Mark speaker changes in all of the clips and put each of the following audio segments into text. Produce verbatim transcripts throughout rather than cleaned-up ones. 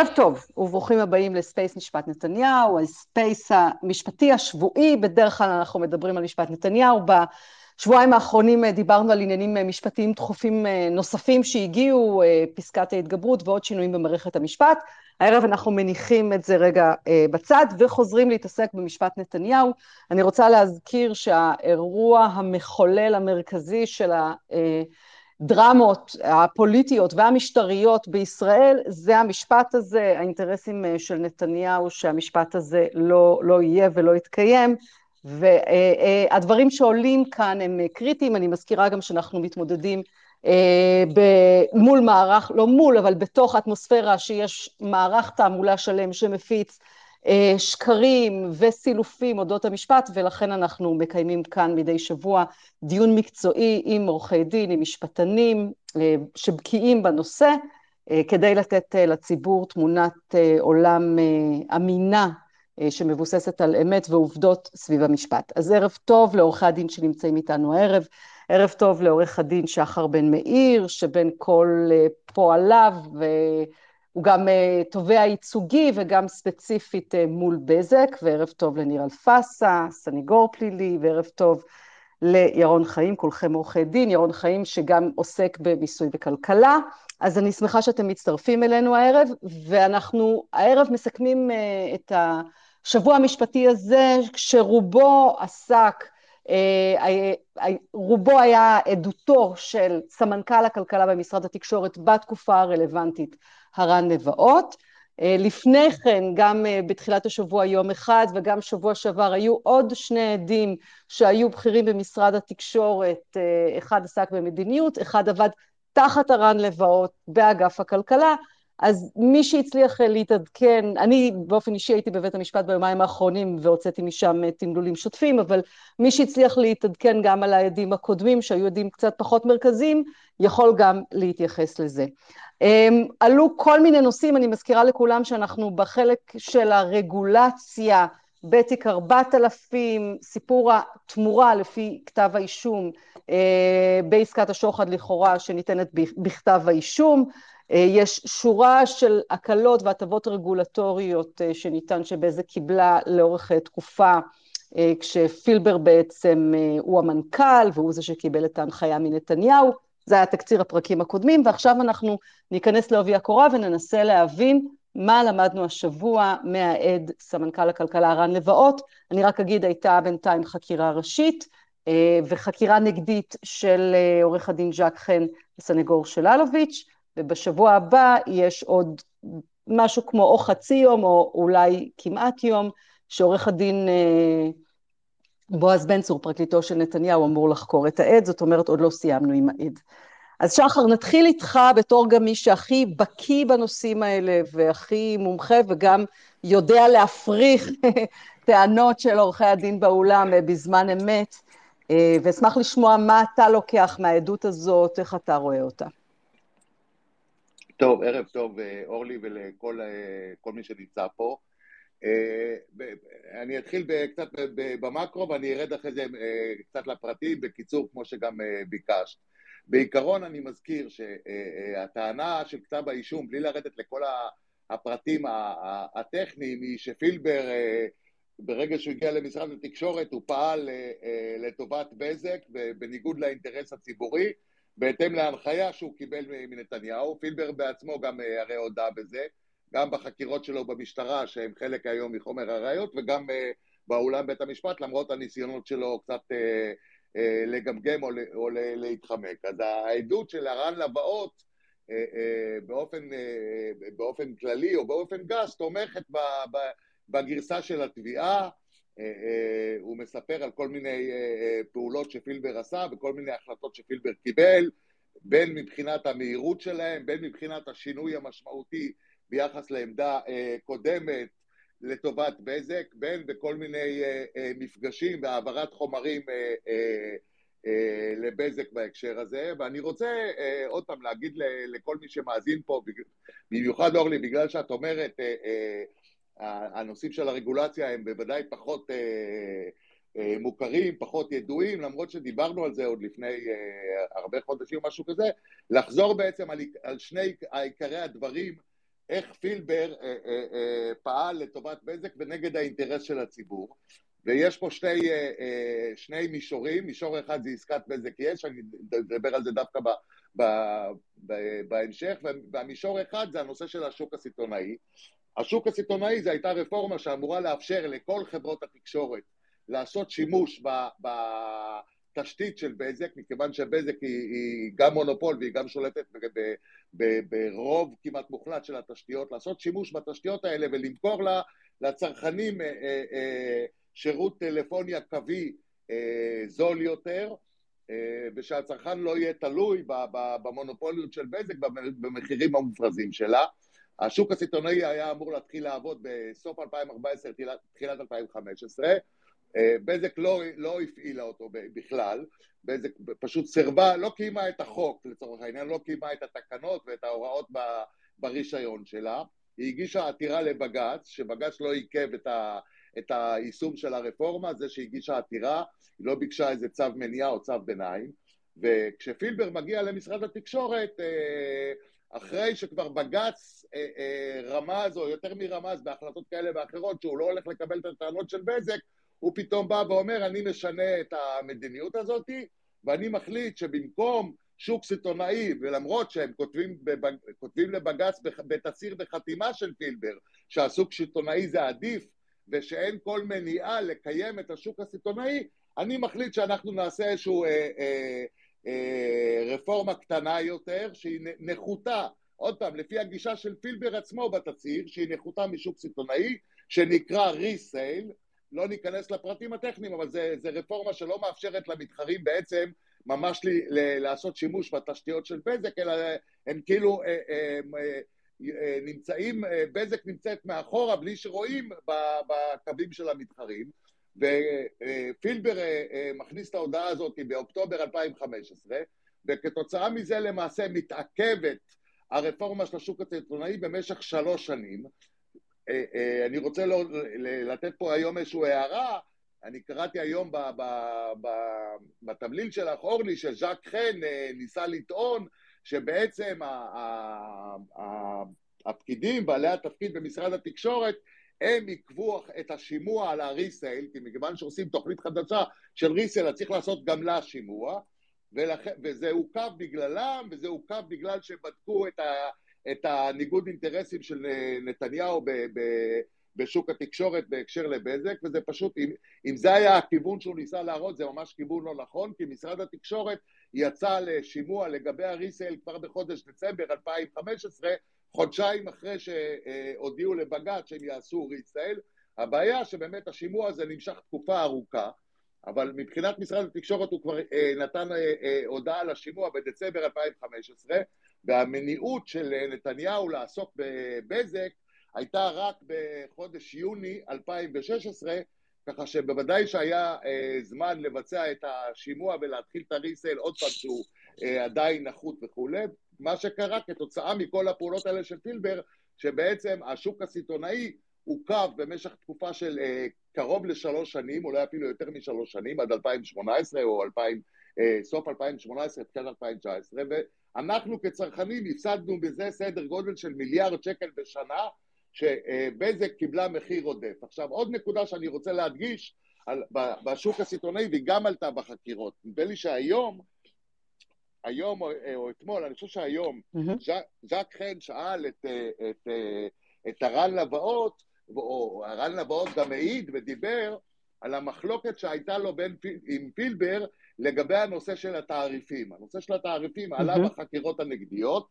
Speaker 1: ערב טוב וברוכים הבאים לספייס משפט נתניהו, הספייס המשפטי השבועי. בדרך כלל אנחנו מדברים על משפט נתניהו, בשבועיים האחרונים דיברנו על עניינים משפטיים דחופים נוספים שהגיעו, פסקת ההתגברות ועוד שינויים במערכת המשפט. הערב אנחנו מניחים את זה רגע בצד וחוזרים להתעסק במשפט נתניהו. אני רוצה להזכיר שהאירוע המחולל המרכזי של ה... דרמות הפוליטיות והמשטריות בישראל, זה המשפט הזה, האינטרסים של נתניהו שהמשפט הזה לא, לא יהיה ולא יתקיים, והדברים שעולים כאן הם קריטיים. אני מזכירה גם שאנחנו מתמודדים מול מערך, לא מול, אבל בתוך אטמוספירה שיש מערך תעמולה שלם שמפיץ שקרים וסילופים אודות המשפט, ולכן אנחנו מקיימים כאן מדי שבוע דיון מקצועי עם עורכי דין, עם משפטנים שבקיאים בנושא, כדי לתת לציבור תמונת עולם אמינה שמבוססת על אמת ועובדות סביב המשפט. אז ערב טוב לעורכי הדין שנמצאים איתנו הערב, ערב טוב לעורך הדין שחר בן מאיר, שבין כל פועליו ו... הוא גם תובע ייצוגי וגם ספציפית מול בזק, וערב טוב לניר אלפסה, סניגור פלילי, וערב טוב לירון חיים, כולכם עורכי דין, ירון חיים שגם עוסק במיסוי וכלכלה. אז אני שמחה שאתם מצטרפים אלינו הערב, ואנחנו הערב מסכמים את השבוע המשפטי הזה, שרובו עסק, רובו היה עדותו של סמנכ"ל הכלכלה במשרד התקשורת בתקופה הרלוונטית, הרן נבעות. לפני כן, גם בתחילת השבוע יום אחד וגם שבוע שעבר, היו עוד שני עדים שהיו בכירים במשרד התקשורת, אחד עסק במדיניות, אחד עבד תחת הרן נבעות באגף הכלכלה. אז מי שהצליח להתעדכן, אני באופן אישי הייתי בבית המשפט ביומיים האחרונים והוצאתי משם תמלולים שוטפים, אבל מי שהצליח להתעדכן גם על העדים הקודמים, שהיו עדים קצת פחות מרכזיים, יכול גם להתייחס לזה. עלו כל מיני נושאים, אני מזכירה לכולם שאנחנו בחלק של הרגולציה, בתיק ארבעת אלפים, סיפור התמורה לפי כתב האישום, בעסקת השוחד לכאורה שניתנת בכתב האישום, יש שורה של הקלות והטבות רגולטוריות שניתן שבזק קיבלה לאורך תקופה, כשפילבר בעצם הוא המנכ"ל והוא זה שקיבל את ההנחיה מנתניהו. זה היה תקציר הפרקים הקודמים, ועכשיו אנחנו ניכנס לעובי הקורה וננסה להבין מה למדנו השבוע מהעד סמנכ"ל הכלכלה הרן נבעות. אני רק אגיד, הייתה בינתיים חקירה ראשית וחקירה נגדית של עורך הדין ז'ק חן וסנגור של אלוביץ', ובשבוע הבא יש עוד משהו כמו או חצי יום או אולי כמעט יום, שעורך הדין בועז בן צור, פרקליטו של נתניהו, אמור לחקור את העד, זאת אומרת עוד לא סיימנו עם העד. אז שחר, נתחיל איתך בתור גם מי שהכי בקיא בנושאים האלה, והכי מומחה וגם יודע להפריך טענות של עורכי הדין באולם בזמן אמת, ואשמח לשמוע מה אתה לוקח מהעדות הזאת, איך אתה רואה אותה.
Speaker 2: טוב, ערב טוב אורלי ולכל כל מי שנמצא פה. אני אתחיל קצת במקרו ואני ארד אחרי זה קצת לפרטים, בקיצור כמו שגם ביקשת. בעיקרון אני מזכיר שהטענה של כתב האישום, בלי לרדת לכל הפרטים הטכניים, היא שפילבר ברגע שהוא הגיע למשרד התקשורת הוא פעל לטובת בזק בניגוד לאינטרס הציבורי, בהתאם להנחיה שהוא קיבל מנתניהו. פילבר בעצמו גם הרי הודע בזה, גם בחקירות שלו במשטרה, שהם חלק היום מחומר הראיות, וגם באולם בית המשפט, למרות הניסיונות שלו קצת לגמגם או, או להתחמק. אז העדות של הרן נבעות, באופן, באופן כללי או באופן גס, תומכת בגרסה של התביעה. הוא מספר על כל מיני פעולות שפילבר עשה, וכל מיני החלטות שפילבר קיבל, בין מבחינת המהירות שלהם, בין מבחינת השינוי המשמעותי, ביחס לעמדה קודמת לטובת בזק, בין בכל מיני מפגשים והעברת חומרים לבזק בהקשר הזה. ואני רוצה עוד פעם להגיד לכל מי שמאזין פה, במיוחד אורלי, בגלל שאת אומרת, הנושאים של הרגולציה הם בוודאי פחות מוכרים, פחות ידועים, למרות שדיברנו על זה עוד לפני הרבה חודשים או משהו כזה, לחזור בעצם על שני עיקרי הדברים איך פילבר אה, אה, אה, פעל לטובת בזק ונגד האינטרס של הציבור. ויש פה שני, אה, אה, שני מישורים, מישור אחד זה עסקת בזק יש, אני אדבר על זה דווקא ב, ב, ב, בהמשך, והמישור אחד זה הנושא של השוק הסיטונאי. השוק הסיטונאי זה הייתה רפורמה שאמורה לאפשר לכל חברות התקשורת לעשות שימוש בתשתית של בזק, מכיוון שבזק היא, היא גם מונופול והיא גם שולטת ב, ב, ב, ברוב כמעט מוחלט של התשתיות, לעשות שימוש בתשתיות האלה ולמכור לה, לצרכנים אה, אה, שירות טלפוניה קווי אה, זול יותר, אה, ושהצרכן לא יהיה תלוי במונופוליות של בזק במחירים המופרזים שלה. השוק הסיטונאי היה אמור להתחיל לעבוד בסוף אלפיים וארבע עשרה, תחילת אלפיים וחמש עשרה, בזק לא, לא הפעילה אותו בכלל, בזק פשוט סרבה, לא קיימה את החוק לצורך העניין, לא קיימה את התקנות ואת ההוראות ברישיון שלה, היא הגישה עתירה לבג"ץ, שבג"ץ לא עיכב את, ה, את היישום של הרפורמה, זה שהגישה עתירה, היא לא ביקשה איזה צו מניעה או צו ביניים, וכשפילבר מגיע למשרד התקשורת, אחרי שכבר בג"ץ אה, אה, רמז, או יותר מרמז, בהחלטות כאלה ואחרות, שהוא לא הולך לקבל את הטענות של בזק, הוא פתאום בא ואומר, אני משנה את המדיניות הזאת, ואני מחליט שבמקום שוק סיטונאי, ולמרות שהם כותבים, בבג... כותבים לבג"ץ בתצהיר בחתימה של פילבר, שהשוק סיטונאי זה עדיף, ושאין כל מניעה לקיים את השוק הסיטונאי, אני מחליט שאנחנו נעשה איזשהו... אה, אה, רפורמה קטנה יותר שהיא נחותה, עוד פעם לפי הגישה של פילבר עצמו בתצהיר, שהיא נחותה משוק סיטונאי שנקרא ריסייל, לא ניכנס לפרטים הטכניים, אבל זה, זה רפורמה שלא מאפשרת למתחרים בעצם ממש לי, ל, לעשות שימוש בתשתיות של בזק, אלא הם כאילו אה, אה, אה, נמצאים, אה, בזק נמצאת מאחורה בלי שרואים בקווים של המתחרים, ופילבר מכניס את ההודעה הזאת באוקטובר אלפיים וחמש עשרה, וכתוצאה מזה למעשה מתעכבת הרפורמה של השוק הסיטונאי במשך שלוש שנים. אני רוצה לא, לתת פה היום איזושהי הערה, אני קראתי היום ב, ב, ב, בתמליל שלך אורלי, שז'אק חן ניסה לטעון שבעצם ה, ה, ה, הפקידים, בעלי התפקיד במשרד התקשורת, הם עקבו את השימוע על הריסייל, כי מכיוון שעושים תוכנית חדשה של ריסייל, אז צריך לעשות גם לה שימוע, ולכ... וזה עוקב בגללם, וזה עוקב בגלל שבדקו את, ה... את הניגוד אינטרסים של נתניהו ב... ב... בשוק התקשורת בהקשר לבזק, וזה פשוט, אם, אם זה היה הכיוון שהוא ניסה להראות, זה ממש כיוון לא נכון, כי משרד התקשורת יצא לשימוע לגבי הריסייל כבר בחודש דצמבר אלפיים וחמש עשרה, חודשיים אחרי שהודיעו לבג"ץ שהם יעשו ריסייל. הבעיה שבאמת השימוע הזה נמשך תקופה ארוכה, אבל מבחינת משרד התקשורת הוא כבר נתן הודעה על השימוע בדצמבר אלפיים וחמש עשרה, והמניעות של נתניהו לעסוק בבזק הייתה רק בחודש יוני אלפיים ושש עשרה, ככה שבוודאי שהיה זמן לבצע את השימוע ולהתחיל את הריסייל עוד פעם שהוא עדיין נחות וכו'. מה שקרה כתוצאה מכל הפעולות האלה של פילבר, שבעצם השוק הסיטונאי עוקב במשך תקופה של אה, קרוב לשלוש שנים, אולי אפילו יותר משלוש שנים, עד אלפיים שמונה עשרה או אלפיים, אה, סוף אלפיים שמונה עשרה, תחילת אלפיים תשע עשרה, ואנחנו כצרכנים הפסדנו בזה סדר גודל של מיליארד שקל בשנה, שבזק קיבלה מחיר עודף. עכשיו, עוד נקודה שאני רוצה להדגיש על, בשוק הסיטונאי, והיא גם עלתה בחקירות. נדמה לי שהיום, היום או, או אתמול, אני חושב שהיום, mm-hmm. ז'אק חן שאל את, את, את הרן לבאות, או הרן לבאות גם העיד ודיבר על המחלוקת שהייתה לו בין, עם פילבר לגבי הנושא של התעריפים. הנושא של התעריפים mm-hmm. עלה בחקירות הנגדיות,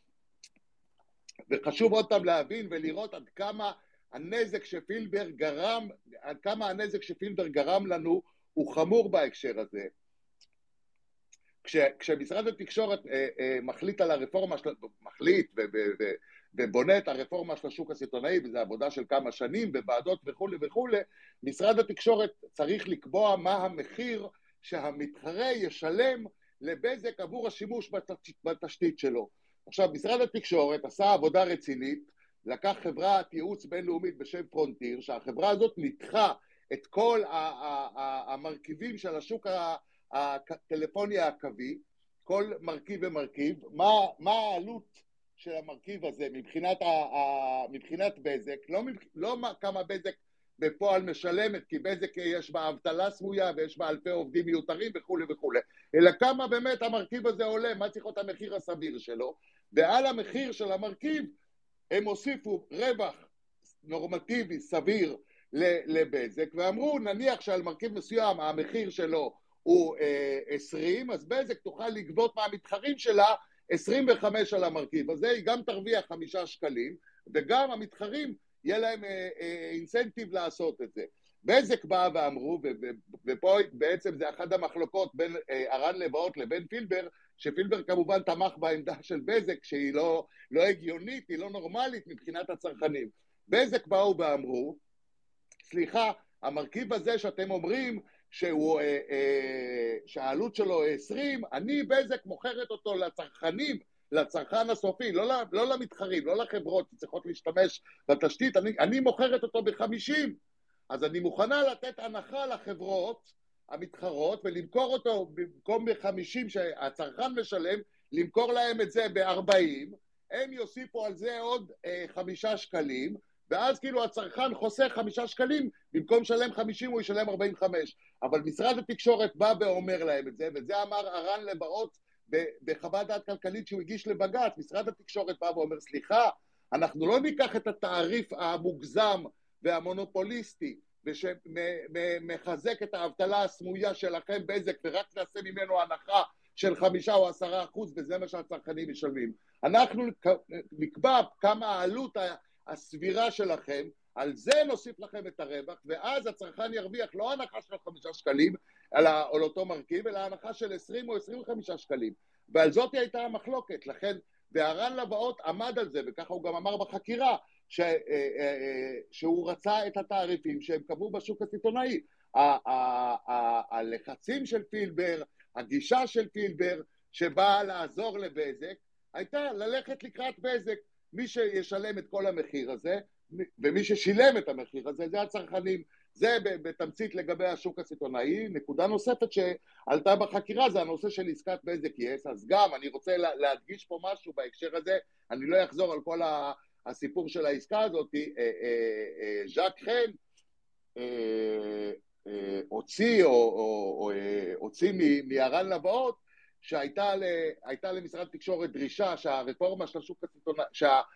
Speaker 2: וחשוב עוד פעם להבין ולראות עד כמה הנזק שפילבר גרם, עד כמה הנזק שפילבר גרם לנו הוא חמור בהקשר הזה. כש, כשמשרד התקשורת אה, אה, מחליט על הרפורמה, של, מחליט ו, ו, ו, ובונה את הרפורמה של השוק הסיטונאי, וזו עבודה של כמה שנים, בוועדות וכו' וכו', משרד התקשורת צריך לקבוע מה המחיר שהמתחרה ישלם לבזק עבור השימוש בתשתית, בתשתית שלו. עכשיו, משרד התקשורת עשה עבודה רצינית, לקח חברת ייעוץ בינלאומית בשם פרונטיר, שהחברה הזאת ניתחה את כל המרכיבים של השוק הטלפוני הקווי, כל מרכיב ומרכיב, מה, מה העלות של המרכיב הזה מבחינת, ה, ה, מבחינת בזק, לא, לא כמה בזק בפועל משלמת, כי בזק יש בה אבטלה סמויה ויש בה אלפי עובדים מיותרים וכו' וכו', אלא כמה באמת המרכיב הזה עולה, מה צריך להיות המחיר הסביר שלו, ועל המחיר של המרכיב הם הוסיפו רווח נורמטיבי סביר לבזק, ואמרו נניח שעל מרכיב מסוים המחיר שלו הוא עשרים, אז בזק תוכל לגבות מהמתחרים שלה עשרים וחמש על המרכיב הזה, היא גם תרוויח חמישה שקלים, וגם המתחרים יהיה להם אינסנטיב לעשות את זה. בזק באה ואמרו, ופה בעצם זה אחת המחלוקות בין ערן לבאות לבין פילבר, שפילבר כמובן תמך בעמדה של בזק, שהיא לא, לא הגיונית, היא לא נורמלית מבחינת הצרכנים. בזק באו ואמרו, סליחה, המרכיב הזה שאתם אומרים שהוא, אה, אה, שהעלות שלו עשרים, אני בזק מוכרת אותו לצרכנים, לצרכן הסופי, לא, לא למתחרים, לא לחברות שצריכות להשתמש בתשתית, אני, אני מוכרת אותו ב-חמישים, אז אני מוכנה לתת הנחה לחברות המתחרות ולמכור אותו במקום ב-חמישים שהצרכן משלם, למכור להם את זה ב-ארבעים, הם יוסיפו על זה עוד אה, חמישה שקלים, ואז כאילו הצרכן חוסך חמישה שקלים, במקום לשלם חמישים הוא ישלם ארבעים וחמש. אבל משרד התקשורת בא ואומר להם את זה, וזה אמר ערן לבאות בחוות דעת כלכלית שהוא הגיש לבג"ץ. משרד התקשורת בא ואומר, סליחה, אנחנו לא ניקח את התעריף המוגזם והמונופוליסטי, ושמחזק את האבטלה הסמויה שלכם בזק, ורק נעשה ממנו הנחה של חמישה או עשרה אחוז, וזה מה שהצרכנים משלמים. אנחנו נקבע כמה העלות הסבירה שלכם, על זה נוסיף לכם את הרווח, ואז הצרכן ירוויח לא הנחה של חמישה שקלים על אותו מרכיב, אלא הנחה של עשרים או עשרים וחמישה שקלים, ועל זאת הייתה המחלוקת. לכן, וערן לבאות עמד על זה, וככה הוא גם אמר בחקירה, ש, שהוא רצה את התעריפים שהם קבעו בשוק הסיטונאי. הלחצים של פילבר, הגישה של פילבר, שבאה לעזור לבזק, הייתה ללכת לקראת בזק. מי שישלם את כל המחיר הזה, ומי ששילם את המחיר הזה, זה הצרכנים. זה בתמצית לגבי השוק הסיטונאי. נקודה נוספת שעלתה בחקירה, זה הנושא של עסקת בזק יס, אז גם אני רוצה להדגיש פה משהו בהקשר הזה, אני לא אחזור על כל הסיפור של העסקה הזאת. ז'ק חן הוציא, או הוציא מערן לבאות, שהייתה למשרד תקשורת דרישה שהרפורמה של השוק הסיטונאי,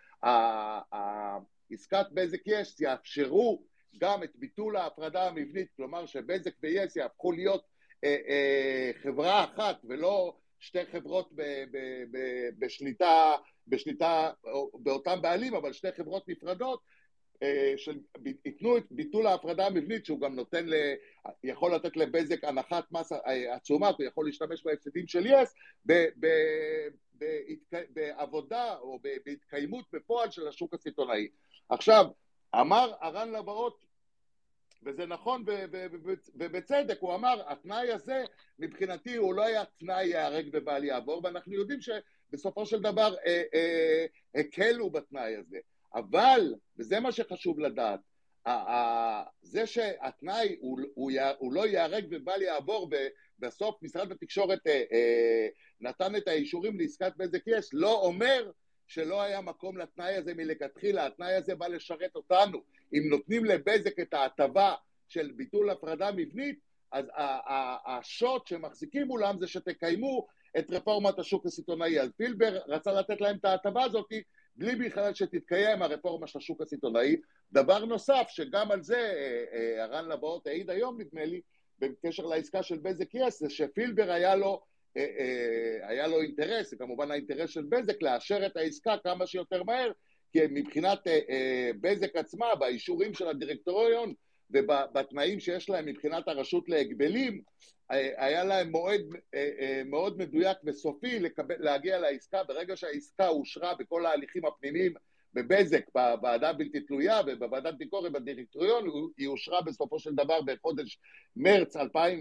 Speaker 2: שהעסקת בזק יס יאפשרו גם את ביטול ההפרדה המבנית, כלומר שבזק ויס יהפכו להיות אה, אה, חברה אחת ולא שתי חברות ב, ב, ב, בשליטה, בשליטה באותם בעלים, אבל שתי חברות נפרדות, אה, שיתנו את ביטול ההפרדה המבנית, שהוא גם נותן, ל, יכול לתת לבזק הנחת מס עצומה, הוא יכול להשתמש בהפסדים של יס, ב, ב, בהתק... בעבודה או בהתקיימות בפועל של השוק הסיטונאי. עכשיו, אמר ערן לבאות, וזה נכון ובצדק, הוא אמר, התנאי הזה מבחינתי הוא לא היה תנאי יהרג ובל יעבור, ואנחנו יודעים שבסופו של דבר אה, אה, הקלו בתנאי הזה. אבל, וזה מה שחשוב לדעת, זה שהתנאי הוא, הוא, הוא לא יהרג ובל יעבור, ובסוף משרד התקשורת אה, אה, נתן את האישורים לעסקת בזק יס, לא אומר שלא היה מקום לתנאי הזה מלכתחילה. התנאי הזה בא לשרת אותנו. אם נותנים לבזק את ההטבה של ביטול הפרדה מבנית, אז השוט שמחזיקים מולם זה שתקיימו את רפורמת השוק הסיטונאי. אז פילבר רצה לתת להם את ההטבה הזאת, בלי בכלל שתתקיים הרפורמה של השוק הסיטונאי. דבר נוסף, שגם על זה ערן לבאות העיד היום, נדמה לי, בקשר לעסקה של בזק יס, זה שפילבר היה לו, היה לו אינטרס, כמובן האינטרס של בזק, לאשר את העסקה כמה שיותר מהר, כי מבחינת בזק עצמה, באישורים של הדירקטוריון, ובתנאים שיש להם מבחינת הרשות להגבלים, היה להם מועד מאוד מדויק וסופי להגיע לעסקה. ברגע שהעסקה אושרה בכל ההליכים הפנימיים בבזק, בוועדה בלתי תלויה ובוועדת ביקורת בדירקטוריון, היא אושרה בסופו של דבר בחודש מרץ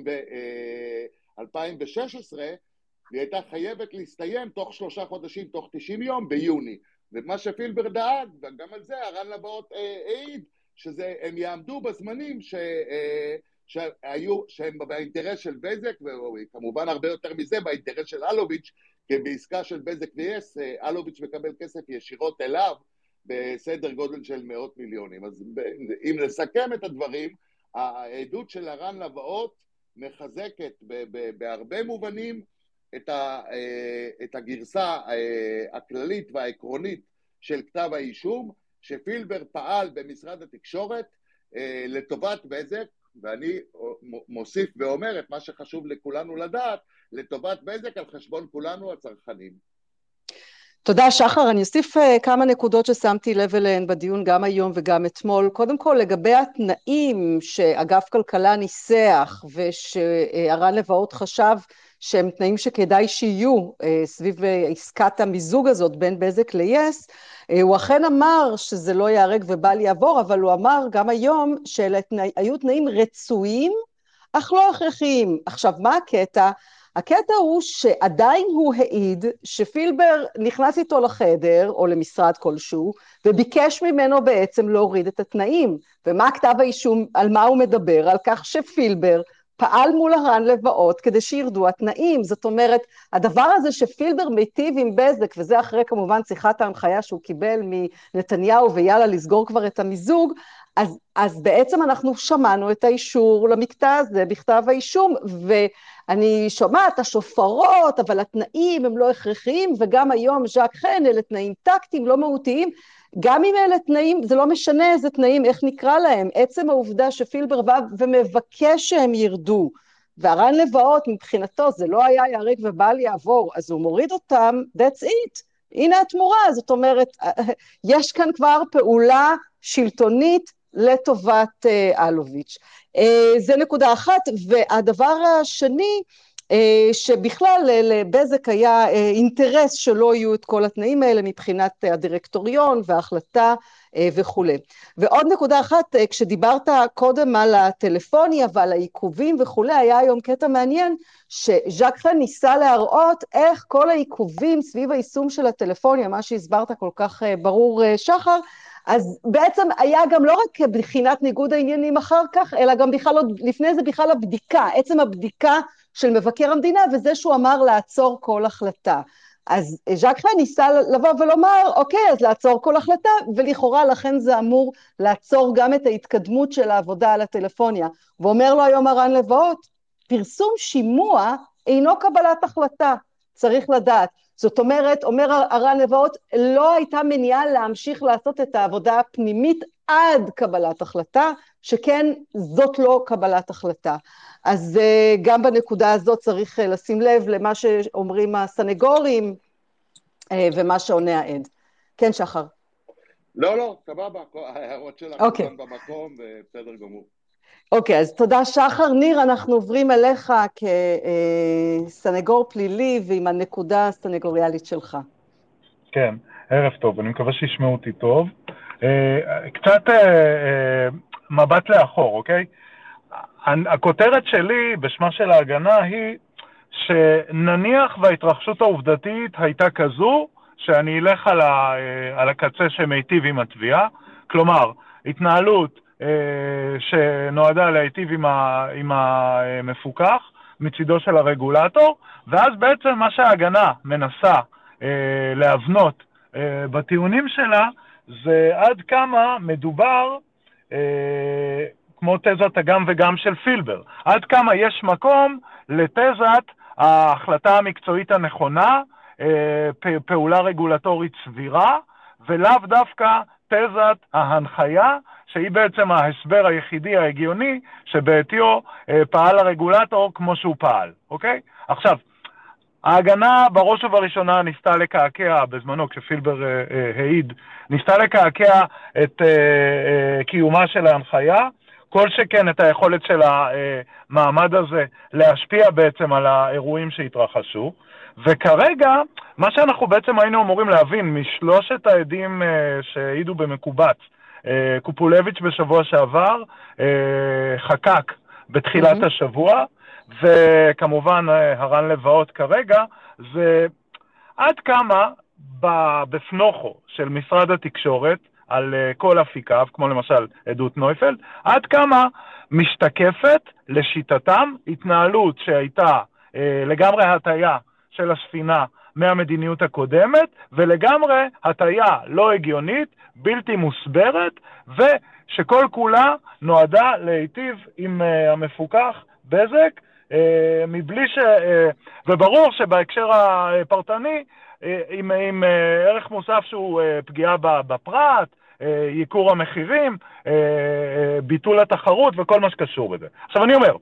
Speaker 2: אלפיים ושש עשרה, והיא הייתה חייבת להסתיים תוך שלושה חודשים, תוך תשעים יום, ביוני. ומה שפילבר דאג, וגם על זה ערן לבאות העיד, שהם יעמדו בזמנים ש, שהיו, שהם באינטרס של בזק, וכמובן הרבה יותר מזה באינטרס של אלוביץ', כי בעסקה של בזק ויס, אלוביץ' מקבל כסף ישירות אליו, בסדר גודל של מאות מיליונים. אז אם נסכם את הדברים, העדות של ערן לבאות מחזקת בהרבה מובנים את, ה, את הגרסה הכללית והעקרונית של כתב האישום, שפילבר פעל במשרד התקשורת לטובת בזק, ואני מוסיף ואומר את מה שחשוב לכולנו לדעת, לטובת בזק על חשבון כולנו הצרכנים.
Speaker 1: תודה שחר, אני אוסיף כמה נקודות ששמתי לב אליהן בדיון גם היום וגם אתמול. קודם כל לגבי התנאים שאגף כלכלה ניסח ושערן לבאות חשב שהם תנאים שכדאי שיהיו סביב עסקת המיזוג הזאת בין בזק ליס, הוא אכן אמר שזה לא יהרג ובל יעבור, אבל הוא אמר גם היום שאלה היו תנאים רצויים אך לא הכרחיים. עכשיו מה הקטע? הקטע הוא שעדיין הוא העיד שפילבר נכנס איתו לחדר או למשרד כלשהו וביקש ממנו בעצם להוריד את התנאים. ומה כתב האישום, על מה הוא מדבר? על כך שפילבר פעל מול ערן לבאות כדי שירדו התנאים. זאת אומרת, הדבר הזה שפילבר מיטיב עם בזק, וזה אחרי כמובן שיחת ההנחיה שהוא קיבל מנתניהו ויאללה לסגור כבר את המיזוג, אז, אז בעצם אנחנו שמענו את האישור למקטע הזה בכתב האישום, ואני שומעת השופרות, אבל התנאים הם לא הכרחיים, וגם היום ז'ק חן, אלה תנאים טקטיים, לא מהותיים, גם אם אלה תנאים, זה לא משנה איזה תנאים, איך נקרא להם, עצם העובדה שפילבר בא ומבקש שהם ירדו, וערן לבאות מבחינתו זה לא היה יהרג ובל יעבור, אז הוא מוריד אותם, that's it, הנה התמורה, זאת אומרת, יש כאן כבר פעולה שלטונית לטובת אלוביץ'. זה נקודה אחת, והדבר השני, שבכלל לבזק היה אינטרס שלא יהיו את כל התנאים האלה מבחינת הדירקטוריון וההחלטה וכו'. ועוד נקודה אחת, כשדיברת קודם על הטלפוניה ועל העיכובים וכו', היה היום קטע מעניין שז'ק חן ניסה להראות איך כל העיכובים סביב היישום של הטלפוניה, מה שהסברת כל כך ברור שחר, אז בעצם היה גם לא רק בחינת ניגוד העניינים אחר כך, אלא גם בכלל, לפני זה בכלל הבדיקה, עצם הבדיקה של מבקר המדינה, וזה שהוא אמר לעצור כל החלטה. אז ז'ק חן ניסה לבוא ולומר, אוקיי, אז לעצור כל החלטה, ולכאורה לכן זה אמור לעצור גם את ההתקדמות של העבודה על הטלפוניה. ואומר לו היום ערן לבאות, פרסום שימוע אינו קבלת החלטה, צריך לדעת. זאת אומרת, אומר ערן לבאות, לא הייתה מניעה להמשיך לעשות את העבודה הפנימית עד קבלת החלטה, שכן זאת לא קבלת החלטה. אז גם בנקודה הזאת צריך לשים לב למה שאומרים הסנגורים ומה שעונה העד. כן, שחר.
Speaker 2: לא, לא, סבבה, ההערות שלך
Speaker 1: אוקיי.
Speaker 2: במקום ובסדר גמור.
Speaker 1: אוקיי, אז תודה שחר. ניר, אנחנו עוברים אליך כסנגור פלילי ועם הנקודה הסנגוריאלית שלך.
Speaker 3: כן, ערב טוב, אני מקווה שישמעו אותי טוב. קצת מבט לאחור, אוקיי? הכותרת שלי בשמה של ההגנה היא שנניח וההתרחשות העובדתית הייתה כזו שאני אלך על, ה, על הקצה שמיטיב עם התביעה, כלומר, התנהלות שנועדה להיטיב עם, ה, עם המפוקח מצידו של הרגולטור, ואז בעצם מה שההגנה מנסה להבנות בטיעונים שלה זה עד כמה מדובר כמו תזת הגם וגם של פילבר, עד כמה יש מקום לתזת ההחלטה המקצועית הנכונה, פעולה רגולטורית סבירה, ולאו דווקא תזת ההנחיה, שהיא בעצם ההסבר היחידי ההגיוני שבעטיו פעל הרגולטור כמו שהוא פעל, אוקיי? עכשיו, ההגנה בראש ובראשונה ניסתה לקעקע, בזמנו כשפילבר העיד, ניסתה לקעקע את קיומה של ההנחיה, כל שכן את היכולת של המעמד הזה להשפיע בעצם על האירועים שהתרחשו, וכרגע מה שאנחנו בעצם היינו אמורים להבין משלושת העדים שהעידו במקובץ, קופולביץ' בשבוע שעבר, חקק בתחילת mm-hmm. השבוע, וכמובן הרן לבאות כרגע, זה עד כמה בפנוכו של משרד התקשורת, על כל אפיקיו, כמו למשל עדות נויפלד, עד כמה משתקפת לשיטתם התנהלות שהייתה אה, לגמרי הטיה של הספינה מהמדיניות הקודמת, ולגמרי הטיה לא הגיונית, בלתי מוסברת, ושכל כולה נועדה להיטיב עם uh, המפוקח בזק, uh, מבלי ש... Uh, וברור שבהקשר הפרטני, uh, עם, עם uh, ערך מוסף שהוא uh, פגיעה בפרט, uh, ייקור המחירים, uh, uh, ביטול התחרות וכל מה שקשור בזה. עכשיו אני אומר,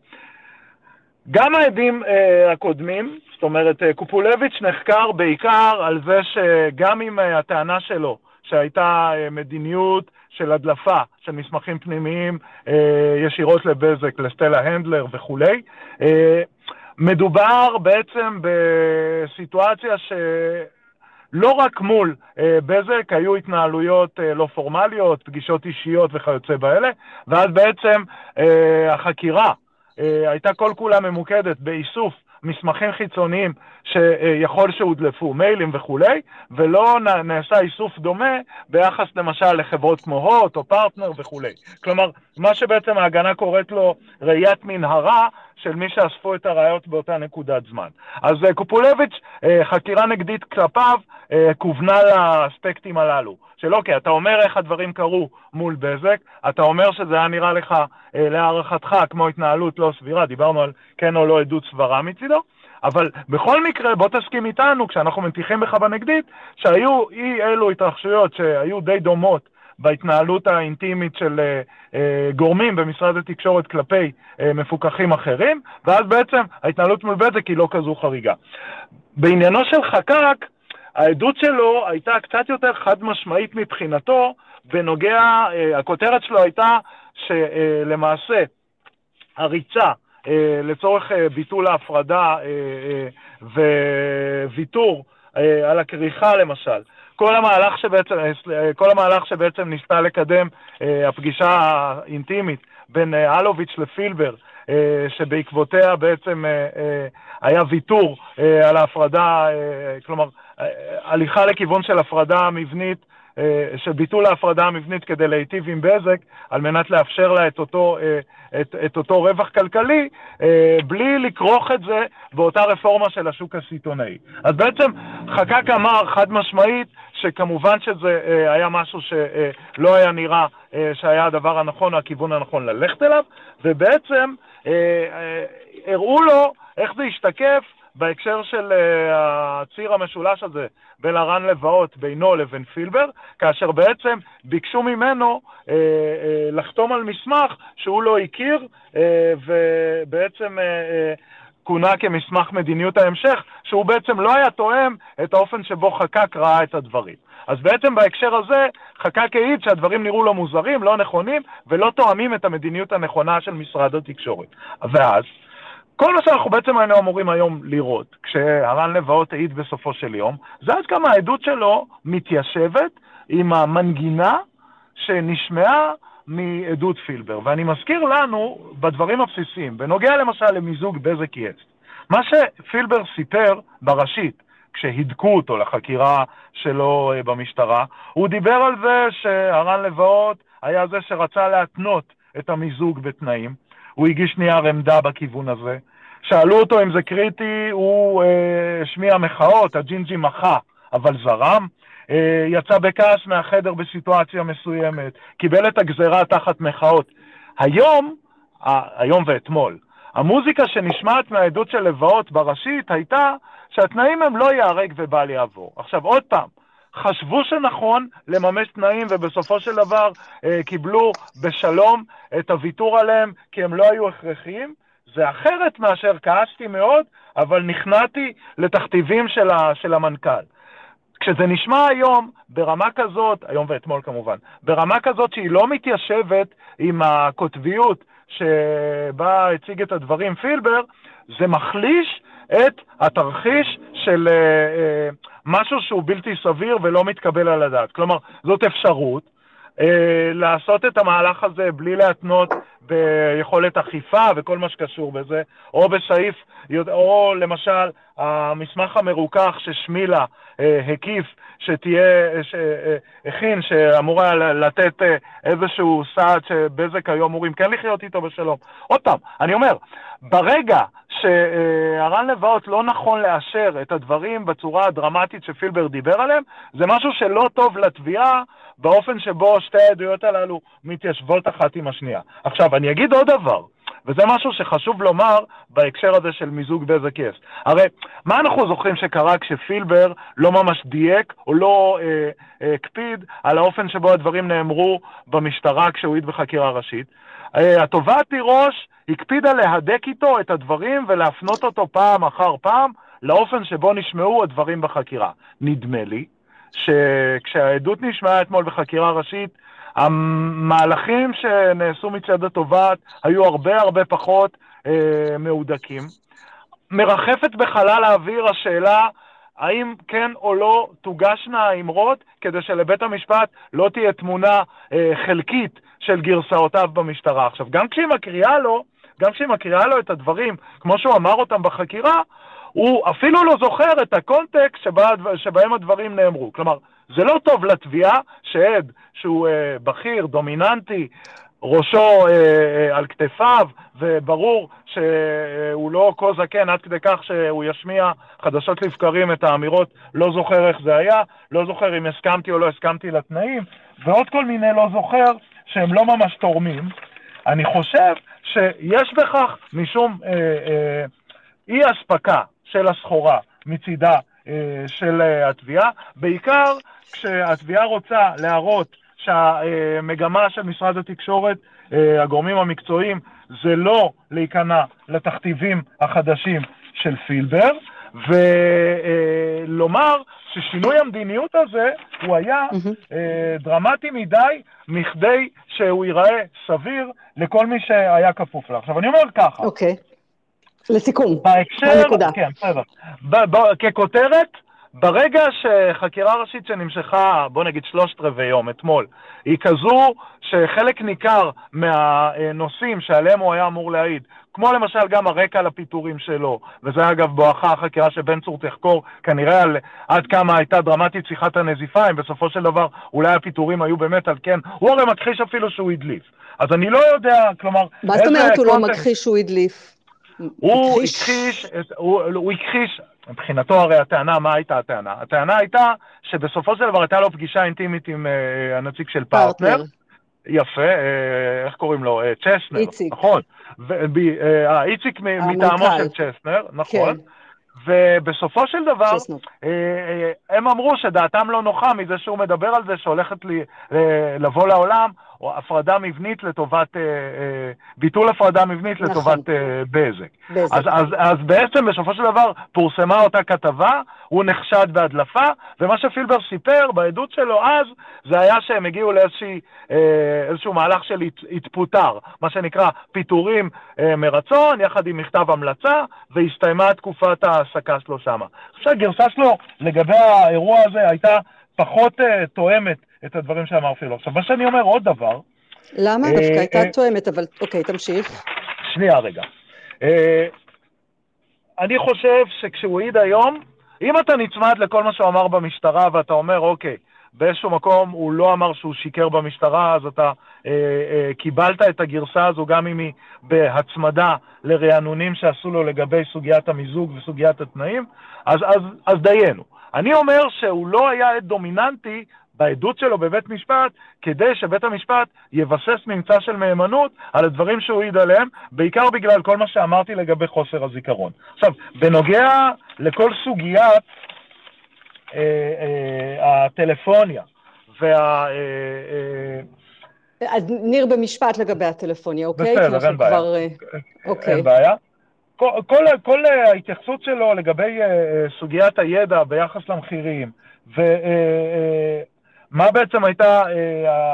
Speaker 3: גם העדים uh, הקודמים, זאת אומרת, uh, קופולביץ' נחקר בעיקר על זה שגם עם uh, הטענה שלו, שהייתה uh, מדיניות של הדלפה, של מסמכים פנימיים uh, ישירות לבזק, לסטלה הנדלר וכו', uh, מדובר בעצם בסיטואציה ש... לא רק מול uh, בזק, היו התנהלויות uh, לא פורמליות, פגישות אישיות וכיוצא באלה, ואז בעצם uh, החקירה uh, הייתה כל כולה ממוקדת באיסוף מסמכים חיצוניים שיכול שהודלפו, מיילים וכו', ולא נעשה איסוף דומה ביחס למשל לחברות כמו הוט או פרטנר וכו'. כלומר, מה שבעצם ההגנה קוראת לו ראיית מנהרה של מי שאספו את הראיות באותה נקודת זמן. אז קופולביץ', חקירה נגדית כלפיו, כוונה לאספקטים הללו. שלא, כי אתה אומר איך הדברים קרו מול בזק, אתה אומר שזה היה נראה לך להערכתך כמו התנהלות לא סבירה, דיברנו על כן או לא עדות סברה מצידו, אבל בכל מקרה בוא תסכים איתנו כשאנחנו מנתיחים בחווה נגדית, שהיו אי אלו התרחשויות שהיו די דומות בהתנהלות האינטימית של uh, uh, גורמים במשרד התקשורת כלפי uh, מפוקחים אחרים, ואז בעצם ההתנהלות מול בזק היא לא כזו חריגה. בעניינו של חקק, העדות שלו הייתה קצת יותר חד משמעית מבחינתו, בנוגע, uh, הכותרת שלו הייתה שלמעשה uh, הריצה uh, לצורך uh, ביטול ההפרדה uh, uh, וויתור uh, על הכריכה למשל, כל המהלך שבעצם, כל המהלך שבעצם ניסתה לקדם אה, הפגישה האינטימית בין אה, אלוביץ' לפילבר, אה, שבעקבותיה בעצם אה, אה, היה ויתור אה, על ההפרדה, אה, כלומר, אה, הליכה לכיוון של הפרדה מבנית, אה, של ביטול ההפרדה המבנית כדי להיטיב עם בזק, על מנת לאפשר לה את אותו, אה, את, את אותו רווח כלכלי, אה, בלי לקרוח את זה באותה רפורמה של השוק הסיטונאי. אז בעצם חקק אמר חד משמעית, שכמובן שזה אה, היה משהו שלא אה, היה נראה אה, שהיה הדבר הנכון או הכיוון הנכון ללכת אליו, ובעצם אה, אה, הראו לו איך זה השתקף בהקשר של אה, הציר המשולש הזה בין הרן לבאות בינו לבין פילבר, כאשר בעצם ביקשו ממנו אה, אה, לחתום על מסמך שהוא לא הכיר, אה, ובעצם אה, אה, כונה כמסמך מדיניות ההמשך, שהוא בעצם לא היה תואם את האופן שבו חקק ראה את הדברים. אז בעצם בהקשר הזה, חקק העיד שהדברים נראו לו מוזרים, לא נכונים, ולא תואמים את המדיניות הנכונה של משרד התקשורת. ואז, כל מה שאנחנו בעצם היינו אמורים היום לראות, כשהרן לבאות העיד בסופו של יום, זה עד כמה העדות שלו מתיישבת עם המנגינה שנשמעה מעדות פילבר. ואני מזכיר לנו בדברים הבסיסיים, בנוגע למשל למיזוג בזק יס, מה שפילבר סיפר בראשית, כשהדקו אותו לחקירה שלו במשטרה, הוא דיבר על זה שהרן לבאות היה זה שרצה להתנות את המיזוג בתנאים, הוא הגיש נייר עמדה בכיוון הזה, שאלו אותו אם זה קריטי, הוא אה, שמיע מחאות, הג'ינג'י מחה, אבל זרם, אה, יצא בכעס מהחדר בסיטואציה מסוימת, קיבל את הגזרה תחת מחאות. היום, ה- היום ואתמול, המוזיקה שנשמעת מהעדות של לבאות בראשית הייתה שהתנאים הם לא יהרג ובל יעבור. עכשיו עוד פעם, חשבו שנכון לממש תנאים ובסופו של דבר אה, קיבלו בשלום את הוויתור עליהם כי הם לא היו הכרחיים, זה אחרת מאשר כעסתי מאוד, אבל נכנעתי לתכתיבים של, ה, של המנכ"ל. כשזה נשמע היום ברמה כזאת, היום ואתמול כמובן, ברמה כזאת שהיא לא מתיישבת עם הכותביות שבה הציג את הדברים פילבר, זה מחליש את התרחיש של אה, משהו שהוא בלתי סביר ולא מתקבל על הדעת. כלומר, זאת אפשרות אה, לעשות את המהלך הזה בלי להתנות ביכולת אכיפה וכל מה שקשור בזה, או בסעיף, או למשל המסמך המרוכך ששמילה הקיף, שתהיה, הכין, שאמור היה לתת איזשהו סעד שבזק היו אמורים כן לחיות איתו בשלום. עוד פעם, אני אומר, ברגע שהרן לבאות לא נכון לאשר את הדברים בצורה הדרמטית שפילבר דיבר עליהם, זה משהו שלא טוב לתביעה באופן שבו שתי העדויות הללו מתיישבות אחת עם השנייה. עכשיו, אני אגיד עוד דבר, וזה משהו שחשוב לומר בהקשר הזה של מיזוג בזק יס. הרי, מה אנחנו זוכרים שקרה כשפילבר לא ממש דייק או לא אה, אה, הקפיד על האופן שבו הדברים נאמרו במשטרה כשהוא עיד בחקירה ראשית? אה, התובעת תירוש הקפידה להדק איתו את הדברים ולהפנות אותו פעם אחר פעם לאופן שבו נשמעו הדברים בחקירה. נדמה לי שכשהעדות נשמעה אתמול בחקירה ראשית, המהלכים שנעשו מצד התובעת היו הרבה הרבה פחות אה, מהודקים. מרחפת בחלל האוויר השאלה האם כן או לא תוגשנה האמרות כדי שלבית המשפט לא תהיה תמונה אה, חלקית של גרסאותיו במשטרה. עכשיו, גם כשהיא מקריאה לו, גם כשהיא מקריאה לו את הדברים כמו שהוא אמר אותם בחקירה, הוא אפילו לא זוכר את הקונטקסט שבה, שבהם הדברים נאמרו. כלומר, זה לא טוב לתביעה שעד שהוא אה, בכיר, דומיננטי, ראשו אה, אה, על כתפיו, וברור שהוא לא כה זקן עד כדי כך שהוא ישמיע חדשות לבקרים את האמירות, לא זוכר איך זה היה, לא זוכר אם הסכמתי או לא הסכמתי לתנאים, ועוד כל מיני לא זוכר שהם לא ממש תורמים. אני חושב שיש בכך משום אה, אה, אי הספקה של הסחורה מצידה אה, של אה, התביעה, בעיקר כשהתביעה רוצה להראות שהמגמה של משרד התקשורת, אה, הגורמים המקצועיים, זה לא להיכנע לתכתיבים החדשים של פילבר, ולומר ששינוי המדיניות הזה הוא היה אה, דרמטי מדי מכדי שהוא ייראה סביר לכל מי שהיה כפוף לה. עכשיו אני אומר ככה.
Speaker 1: אוקיי. לסיכום,
Speaker 3: בהקשר,
Speaker 1: הנקודה.
Speaker 3: כן, בסדר. ככותרת, ברגע שחקירה ראשית שנמשכה, בוא נגיד שלושת רבעי יום, אתמול, היא כזו שחלק ניכר מהנושאים שעליהם הוא היה אמור להעיד, כמו למשל גם הרקע לפיטורים שלו, וזה אגב בואכה החקירה שבן צור תחקור, כנראה על עד כמה הייתה דרמטית שיחת הנזיפה, אם בסופו של דבר אולי הפיטורים היו באמת על כן, הוא הרי מכחיש אפילו שהוא הדליף. אז אני לא יודע, כלומר...
Speaker 1: מה זאת אומרת הוא לא מכחיש שהוא הדליף?
Speaker 3: הוא הכחיש, הוא, הוא הכחיש, מבחינתו הרי הטענה, מה הייתה הטענה? הטענה הייתה שבסופו של דבר הייתה לו פגישה אינטימית עם uh, הנציג של פרטנר, פרטנר. יפה, uh, איך קוראים לו? Uh, צ'סנר,
Speaker 1: איציק.
Speaker 3: נכון. אה, uh, איציק מטעמו של צ'סנר, נכון. כן. ובסופו של דבר, הם אמרו שדעתם לא נוחה מזה שהוא מדבר על זה שהולכת לי, לבוא לעולם, או הפרדה מבנית לטובת, ביטול הפרדה מבנית נכון. לטובת בזק. בזק. אז, אז, אז בעצם בסופו של דבר פורסמה אותה כתבה, הוא נחשד בהדלפה, ומה שפילבר סיפר בעדות שלו אז, זה היה שהם הגיעו לאיזשהו מהלך של התפוטר, מה שנקרא פיטורים מרצון, יחד עם מכתב המלצה, והסתיימה תקופת העסקה שלו שמה. עכשיו הגרסה שלו לגבי האירוע הזה הייתה פחות uh, תואמת את הדברים שאמר פילבר. עכשיו מה שאני אומר עוד דבר...
Speaker 1: למה? דווקא uh, הייתה uh, תואמת, אבל אוקיי, תמשיך.
Speaker 3: שנייה רגע. Uh, אני חושב שכשהוא העיד היום, אם אתה נצמד לכל מה שהוא אמר במשטרה ואתה אומר אוקיי, באיזשהו מקום הוא לא אמר שהוא שיקר במשטרה, אז אתה אה, אה, קיבלת את הגרסה הזו גם אם היא בהצמדה לרענונים שעשו לו לגבי סוגיית המיזוג וסוגיית התנאים, אז, אז, אז דיינו. אני אומר שהוא לא היה עד דומיננטי בעדות שלו בבית משפט, כדי שבית המשפט יבסס ממצא של מהימנות על הדברים שהוא העיד עליהם, בעיקר בגלל כל מה שאמרתי לגבי חוסר הזיכרון. עכשיו, בנוגע לכל סוגיית הטלפוניה וה...
Speaker 1: אז ניר במשפט לגבי הטלפוניה, אוקיי?
Speaker 3: בסדר, אין בעיה. אין בעיה. כל ההתייחסות שלו לגבי סוגיית הידע ביחס למחירים, ומה בעצם הייתה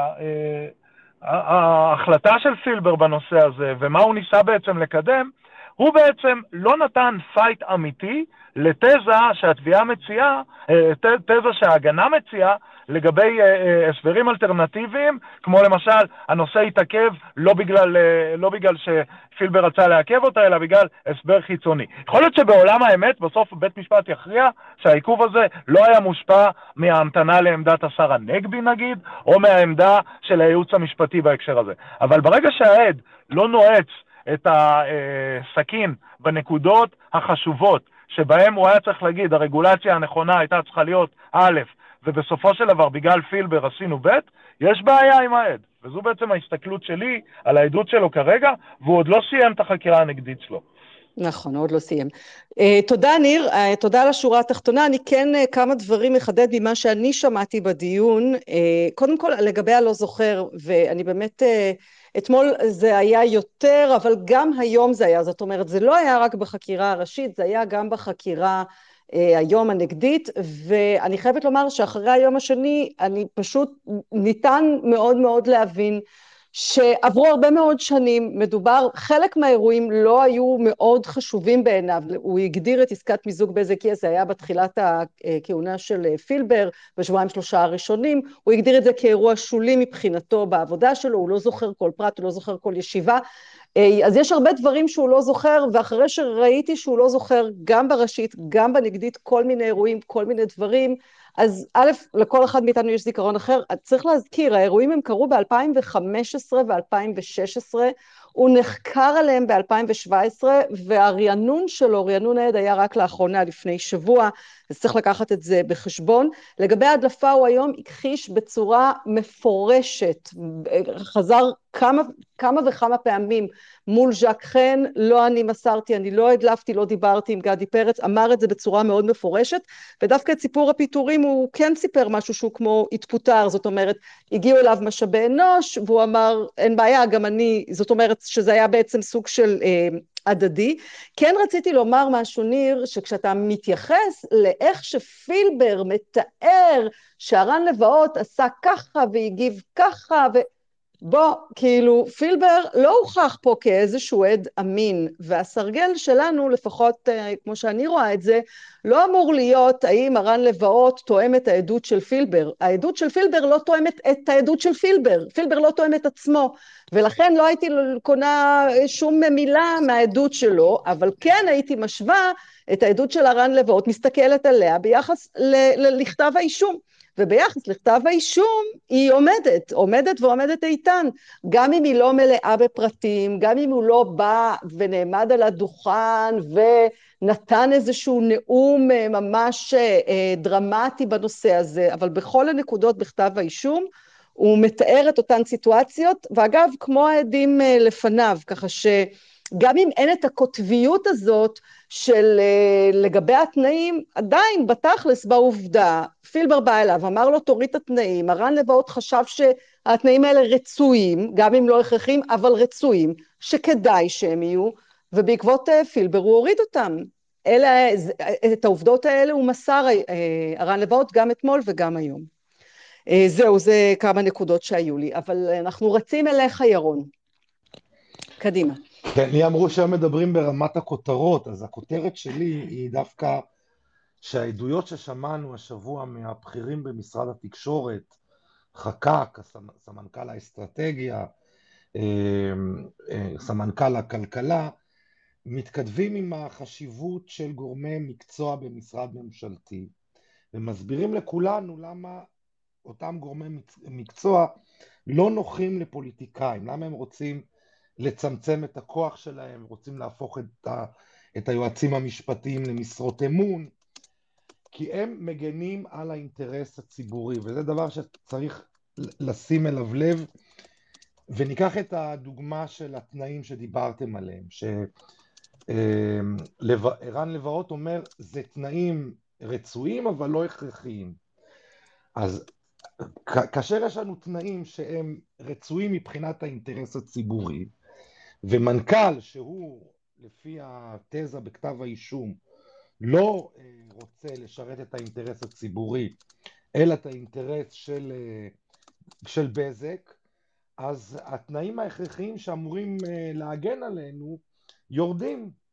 Speaker 3: ההחלטה של פילבר בנושא הזה, ומה הוא ניסה בעצם לקדם, הוא בעצם לא נתן פייט אמיתי לתזה שהתביעה מציעה, תזה שההגנה מציעה, לגבי הסברים אלטרנטיביים, כמו למשל, הנושא התעכב לא בגלל, לא בגלל שפילבר רצה לעכב אותה, אלא בגלל הסבר חיצוני. יכול להיות שבעולם האמת, בסוף בית משפט יכריע שהעיכוב הזה לא היה מושפע מההמתנה לעמדת השר הנגבי נגיד, או מהעמדה של הייעוץ המשפטי בהקשר הזה. אבל ברגע שהעד לא נועץ את הסכין בנקודות החשובות, שבהם הוא היה צריך להגיד, הרגולציה הנכונה הייתה צריכה להיות א', ובסופו של דבר, בגלל פילבר עשינו ב', יש בעיה עם העד. וזו בעצם ההסתכלות שלי על העדות שלו כרגע, והוא עוד לא סיים את החקירה הנגדית שלו.
Speaker 1: נכון, עוד לא סיים. Uh, תודה ניר, uh, תודה על השורה התחתונה. אני כן uh, כמה דברים מחדד ממה שאני שמעתי בדיון. Uh, קודם כל, לגבי הלא זוכר, ואני באמת, uh, אתמול זה היה יותר, אבל גם היום זה היה. זאת אומרת, זה לא היה רק בחקירה הראשית, זה היה גם בחקירה uh, היום הנגדית, ואני חייבת לומר שאחרי היום השני, אני פשוט ניתן מאוד מאוד להבין, שעברו הרבה מאוד שנים, מדובר, חלק מהאירועים לא היו מאוד חשובים בעיניו, הוא הגדיר את עסקת מיזוג בזק, זה היה בתחילת הכהונה של פילבר, בשבועיים שלושה הראשונים, הוא הגדיר את זה כאירוע שולי מבחינתו בעבודה שלו, הוא לא זוכר כל פרט, הוא לא זוכר כל ישיבה, אז יש הרבה דברים שהוא לא זוכר, ואחרי שראיתי שהוא לא זוכר גם בראשית, גם בנגדית, כל מיני אירועים, כל מיני דברים, אז א', לכל אחד מאיתנו יש זיכרון אחר, צריך להזכיר, האירועים הם קרו ב-אלפיים וחמש עשרה ו-אלפיים ושש עשרה, הוא נחקר עליהם ב-אלפיים שבע עשרה, והרענון שלו, רענון העד היה רק לאחרונה, לפני שבוע, אז צריך לקחת את זה בחשבון. לגבי ההדלפה הוא היום הכחיש בצורה מפורשת, חזר כמה, כמה וכמה פעמים מול ז'ק חן, לא אני מסרתי, אני לא הדלפתי, לא דיברתי עם גדי פרץ, אמר את זה בצורה מאוד מפורשת, ודווקא את סיפור הפיטורים הוא כן סיפר משהו שהוא כמו התפוטר, זאת אומרת, הגיעו אליו משאבי אנוש, והוא אמר, אין בעיה, גם אני, זאת אומרת שזה היה בעצם סוג של אה, הדדי. כן רציתי לומר משהו ניר, שכשאתה מתייחס לאיך שפילבר מתאר שהרן לבאות עשה ככה והגיב ככה, ו... בוא, כאילו, פילבר לא הוכח פה כאיזשהו עד אמין, והסרגל שלנו, לפחות כמו שאני רואה את זה, לא אמור להיות האם הרן לבאות תואם את העדות של פילבר. העדות של פילבר לא תואמת את העדות של פילבר, פילבר לא תואם את עצמו, ולכן לא הייתי קונה שום מילה מהעדות שלו, אבל כן הייתי משווה את העדות של הרן לבאות, מסתכלת עליה ביחס לכתב האישום. וביחס לכתב האישום היא עומדת, עומדת ועומדת איתן, גם אם היא לא מלאה בפרטים, גם אם הוא לא בא ונעמד על הדוכן ונתן איזשהו נאום ממש דרמטי בנושא הזה, אבל בכל הנקודות בכתב האישום הוא מתאר את אותן סיטואציות, ואגב כמו העדים לפניו, ככה ש... גם אם אין את הכותביות הזאת של לגבי התנאים, עדיין בתכלס בעובדה, פילבר בא אליו, אמר לו תוריד את התנאים, הרן לבאות חשב שהתנאים האלה רצויים, גם אם לא הכרחים, אבל רצויים, שכדאי שהם יהיו, ובעקבות פילבר הוא הוריד אותם. אלה, את העובדות האלה הוא מסר הרן לבאות גם אתמול וגם היום. זהו, זה כמה נקודות שהיו לי, אבל אנחנו רצים אליך ירון. קדימה.
Speaker 4: כן, לי אמרו שהם מדברים ברמת הכותרות, אז הכותרת שלי היא דווקא שהעדויות ששמענו השבוע מהבכירים במשרד התקשורת, חקק, סמנכ"ל האסטרטגיה, סמנכ"ל הכלכלה, מתכתבים עם החשיבות של גורמי מקצוע במשרד ממשלתי, ומסבירים לכולנו למה אותם גורמי מקצוע לא נוחים לפוליטיקאים, למה הם רוצים לצמצם את הכוח שלהם, רוצים להפוך את, ה, את היועצים המשפטיים למשרות אמון, כי הם מגנים על האינטרס הציבורי, וזה דבר שצריך לשים אליו לב, וניקח את הדוגמה של התנאים שדיברתם עליהם, שערן לבאות אומר, זה תנאים רצויים אבל לא הכרחיים. אז כאשר יש לנו תנאים שהם רצויים מבחינת האינטרס הציבורי, ומנכ"ל שהוא לפי התזה בכתב האישום לא רוצה לשרת את האינטרס הציבורי אלא את האינטרס של, של בזק, אז התנאים ההכרחיים שאמורים להגן עלינו יורדים,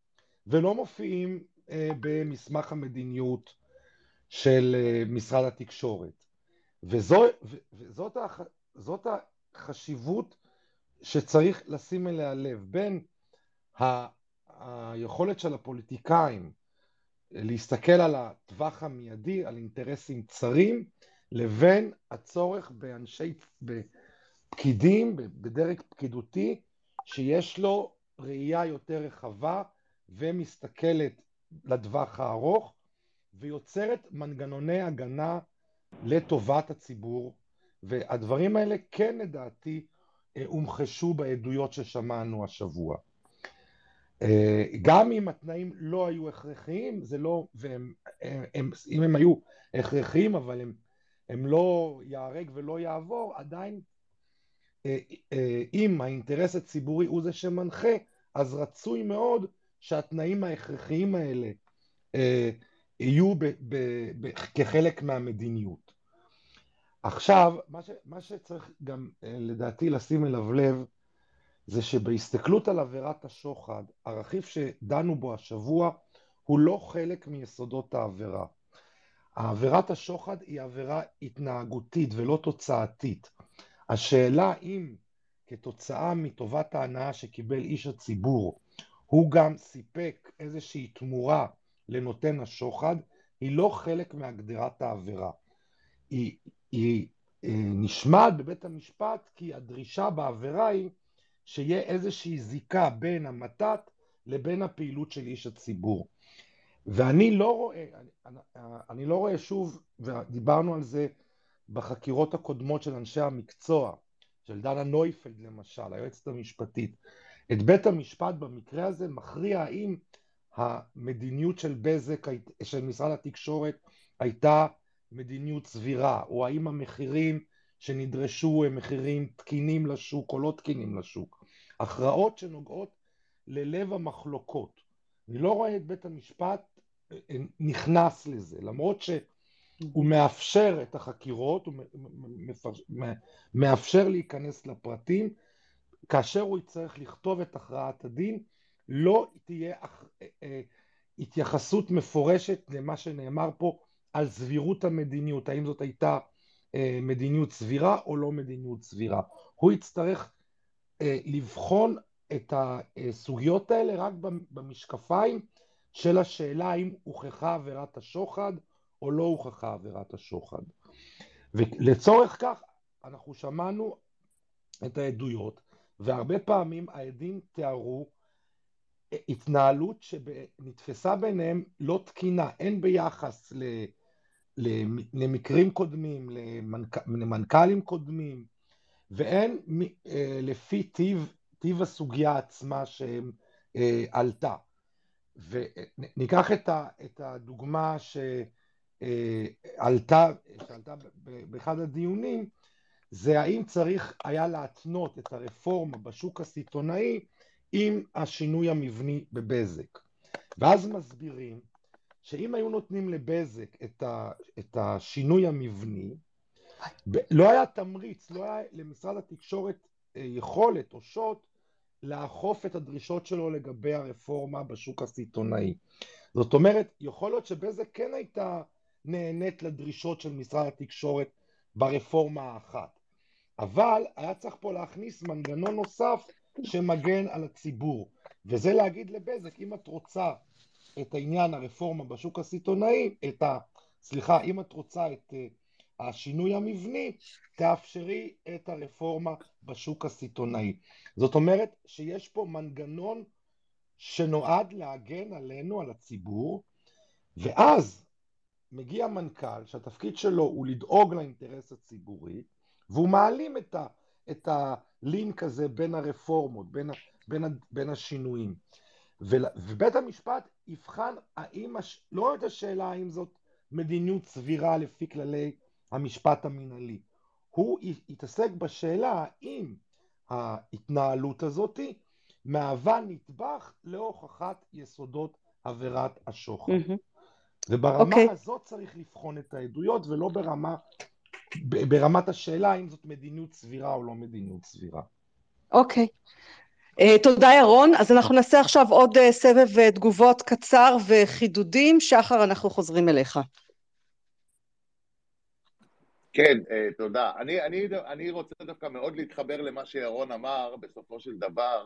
Speaker 4: ולא מופיעים אה, במסמך המדיניות של אה, משרד התקשורת. וזו, ו, וזאת הח, זאת החשיבות שצריך לשים אליה לב, בין ה, היכולת של הפוליטיקאים להסתכל על הטווח המיידי, על אינטרסים צרים, לבין הצורך באנשי, בפקידים, בדרג פקידותי, שיש לו ראייה יותר רחבה ומסתכלת לטווח הארוך, ויוצרת מנגנוני הגנה לטובת הציבור, והדברים האלה כן לדעתי הומחשו בעדויות ששמענו השבוע. גם אם התנאים לא היו הכרחיים, זה לא, והם, הם, אם הם היו הכרחיים, אבל הם, הם לא יהרג ולא יעבור, עדיין אם האינטרס הציבורי הוא זה שמנחה, אז רצוי מאוד שהתנאים ההכרחיים האלה יהיו ב, ב, ב, כחלק מהמדיניות. עכשיו, מה, ש, מה שצריך גם לדעתי לשים אליו לב, זה שבהסתכלות על עבירת השוחד, הרכיב שדנו בו השבוע, הוא לא חלק מיסודות העבירה. העבירת השוחד היא עבירה התנהגותית ולא תוצאתית. השאלה אם כתוצאה מטובת ההנאה שקיבל איש הציבור, הוא גם סיפק איזושהי תמורה לנותן השוחד, היא לא חלק מהגדרת העבירה. היא, היא נשמעת בבית המשפט כי הדרישה בעבירה היא שיהיה איזושהי זיקה בין המתת לבין הפעילות של איש הציבור. ואני לא רואה, אני, אני לא רואה שוב, ודיברנו על זה בחקירות הקודמות של אנשי המקצוע, של דנה נויפלד למשל, היועצת המשפטית, את בית המשפט במקרה הזה מכריע האם המדיניות של בזק, של משרד התקשורת, הייתה מדיניות סבירה, או האם המחירים שנדרשו הם מחירים תקינים לשוק או לא תקינים לשוק. הכרעות שנוגעות ללב המחלוקות. אני לא רואה את בית המשפט נכנס לזה, למרות שהוא מאפשר את החקירות, הוא מאפשר להיכנס לפרטים, כאשר הוא יצטרך לכתוב את הכרעת הדין, לא תהיה התייחסות מפורשת למה שנאמר פה על סבירות המדיניות, האם זאת הייתה מדיניות סבירה או לא מדיניות סבירה. הוא יצטרך לבחון את הסוגיות האלה רק במשקפיים של השאלה האם הוכחה עבירת השוחד או לא הוכחה עבירת השוחד. ולצורך כך אנחנו שמענו את העדויות, והרבה פעמים העדים תיארו התנהלות שנתפסה ביניהם לא תקינה, אין ביחס ל... למקרים קודמים, למנכ"לים קודמים, ואין לפי טיב, טיב הסוגיה עצמה שהם עלתה. וניקח את, ה, את הדוגמה שעלתה, שעלתה באחד הדיונים, זה האם צריך היה להתנות את הרפורמה בשוק הסיטונאי עם השינוי המבני בבזק. ואז מסבירים שאם היו נותנים לבזק את, ה, את השינוי המבני, לא היה תמריץ, לא היה למשרד התקשורת יכולת או שוט לאכוף את הדרישות שלו לגבי הרפורמה בשוק הסיטונאי. זאת אומרת, יכול להיות שבזק כן הייתה נהנית לדרישות של משרד התקשורת ברפורמה האחת, אבל היה צריך פה להכניס מנגנון נוסף שמגן על הציבור, וזה להגיד לבזק, אם את רוצה את העניין הרפורמה בשוק הסיטונאי, את ה... סליחה, אם את רוצה את השינוי המבני, תאפשרי את הרפורמה בשוק הסיטונאי. זאת אומרת שיש פה מנגנון שנועד להגן עלינו, על הציבור, ואז מגיע מנכ"ל שהתפקיד שלו הוא לדאוג לאינטרס הציבורי, והוא מעלים את, ה, את הלינק הזה בין הרפורמות, בין, בין, בין השינויים. ובית המשפט יבחן האם, לא את השאלה האם זאת מדיניות סבירה לפי כללי המשפט המנהלי, הוא יתעסק בשאלה האם ההתנהלות הזאת מהווה נדבך להוכחת יסודות עבירת השוחד. Mm-hmm. וברמה okay. הזאת צריך לבחון את העדויות, ולא ברמה, ברמת השאלה האם זאת מדיניות סבירה או לא מדיניות סבירה.
Speaker 1: אוקיי. Okay. תודה ירון, אז אנחנו נעשה עכשיו עוד סבב תגובות קצר וחידודים. שחר, אנחנו חוזרים אליך.
Speaker 2: כן, תודה. אני, אני, אני רוצה דווקא מאוד להתחבר למה שירון אמר, בסופו של דבר,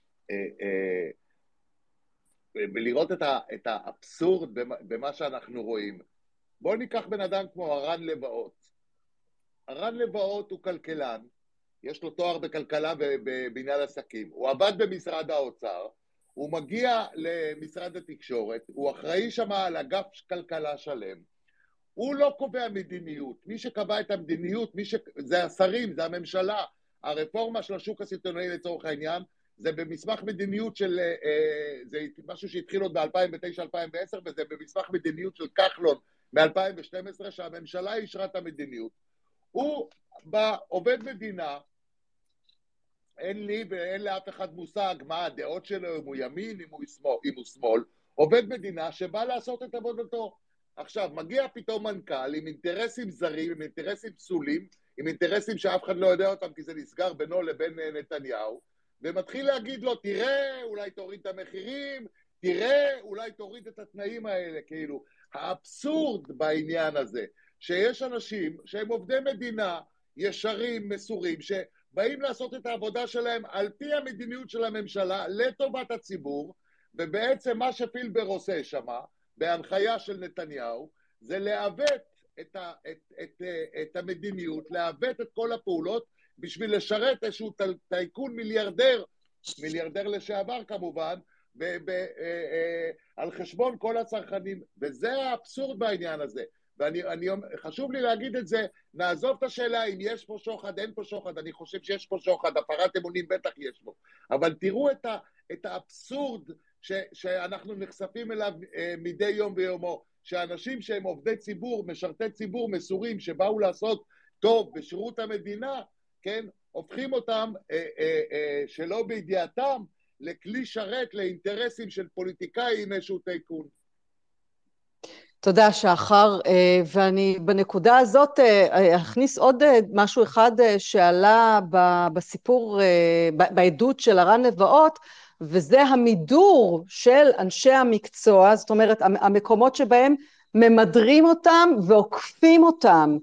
Speaker 2: ולראות את, ה, את האבסורד במה שאנחנו רואים. בואו ניקח בן אדם כמו הרן לבאות. הרן לבאות הוא כלכלן, יש לו תואר בכלכלה ובבניין עסקים, הוא עבד במשרד האוצר, הוא מגיע למשרד התקשורת, הוא אחראי שם על אגף כלכלה שלם, הוא לא קובע מדיניות, מי שקבע את המדיניות, מי ש... זה השרים, זה הממשלה, הרפורמה של השוק הסיטונאי לצורך העניין, זה במסמך מדיניות של, זה משהו שהתחיל עוד ב-אלפיים ותשע אלפיים ועשר, וזה במסמך מדיניות של כחלון מ-אלפיים ושתים עשרה, שהממשלה אישרה את המדיניות. הוא בא, עובד מדינה, אין לי ואין לאף אחד מושג מה הדעות שלו, אם הוא ימין, אם הוא שמאל, אם הוא שמאל, עובד מדינה שבא לעשות את עבודתו. עכשיו, מגיע פתאום מנכ"ל עם אינטרסים זרים, עם אינטרסים פסולים, עם אינטרסים שאף אחד לא יודע אותם כי זה נסגר בינו לבין נתניהו, ומתחיל להגיד לו, תראה, אולי תוריד את המחירים, תראה, אולי תוריד את התנאים האלה, כאילו. האבסורד בעניין הזה, שיש אנשים שהם עובדי מדינה, ישרים, מסורים, שבאים לעשות את העבודה שלהם על פי המדיניות של הממשלה, לטובת הציבור, ובעצם מה שפילבר עושה שמה, בהנחיה של נתניהו, זה לעוות את, ה, את, את, את המדיניות, לעוות את כל הפעולות, בשביל לשרת איזשהו טייקון מיליארדר, מיליארדר לשעבר כמובן, ב, ב, אה, אה, על חשבון כל הצרכנים, וזה האבסורד בעניין הזה. ואני אני, חשוב לי להגיד את זה, נעזוב את השאלה אם יש פה שוחד, אין פה שוחד, אני חושב שיש פה שוחד, הפרת אמונים בטח יש פה, אבל תראו את, ה, את האבסורד ש, שאנחנו נחשפים אליו אה, מדי יום ביומו, שאנשים שהם עובדי ציבור, משרתי ציבור מסורים, שבאו לעשות טוב בשירות המדינה, כן, הופכים אותם אה, אה, אה, שלא בידיעתם לכלי שרת לאינטרסים של פוליטיקאי עם איזשהו טייקון.
Speaker 1: תודה שחר, ואני בנקודה הזאת אכניס עוד משהו אחד שעלה בסיפור, בעדות של הרן לבאות, וזה המידור של אנשי המקצוע, זאת אומרת המקומות שבהם ממדרים אותם ועוקפים אותם.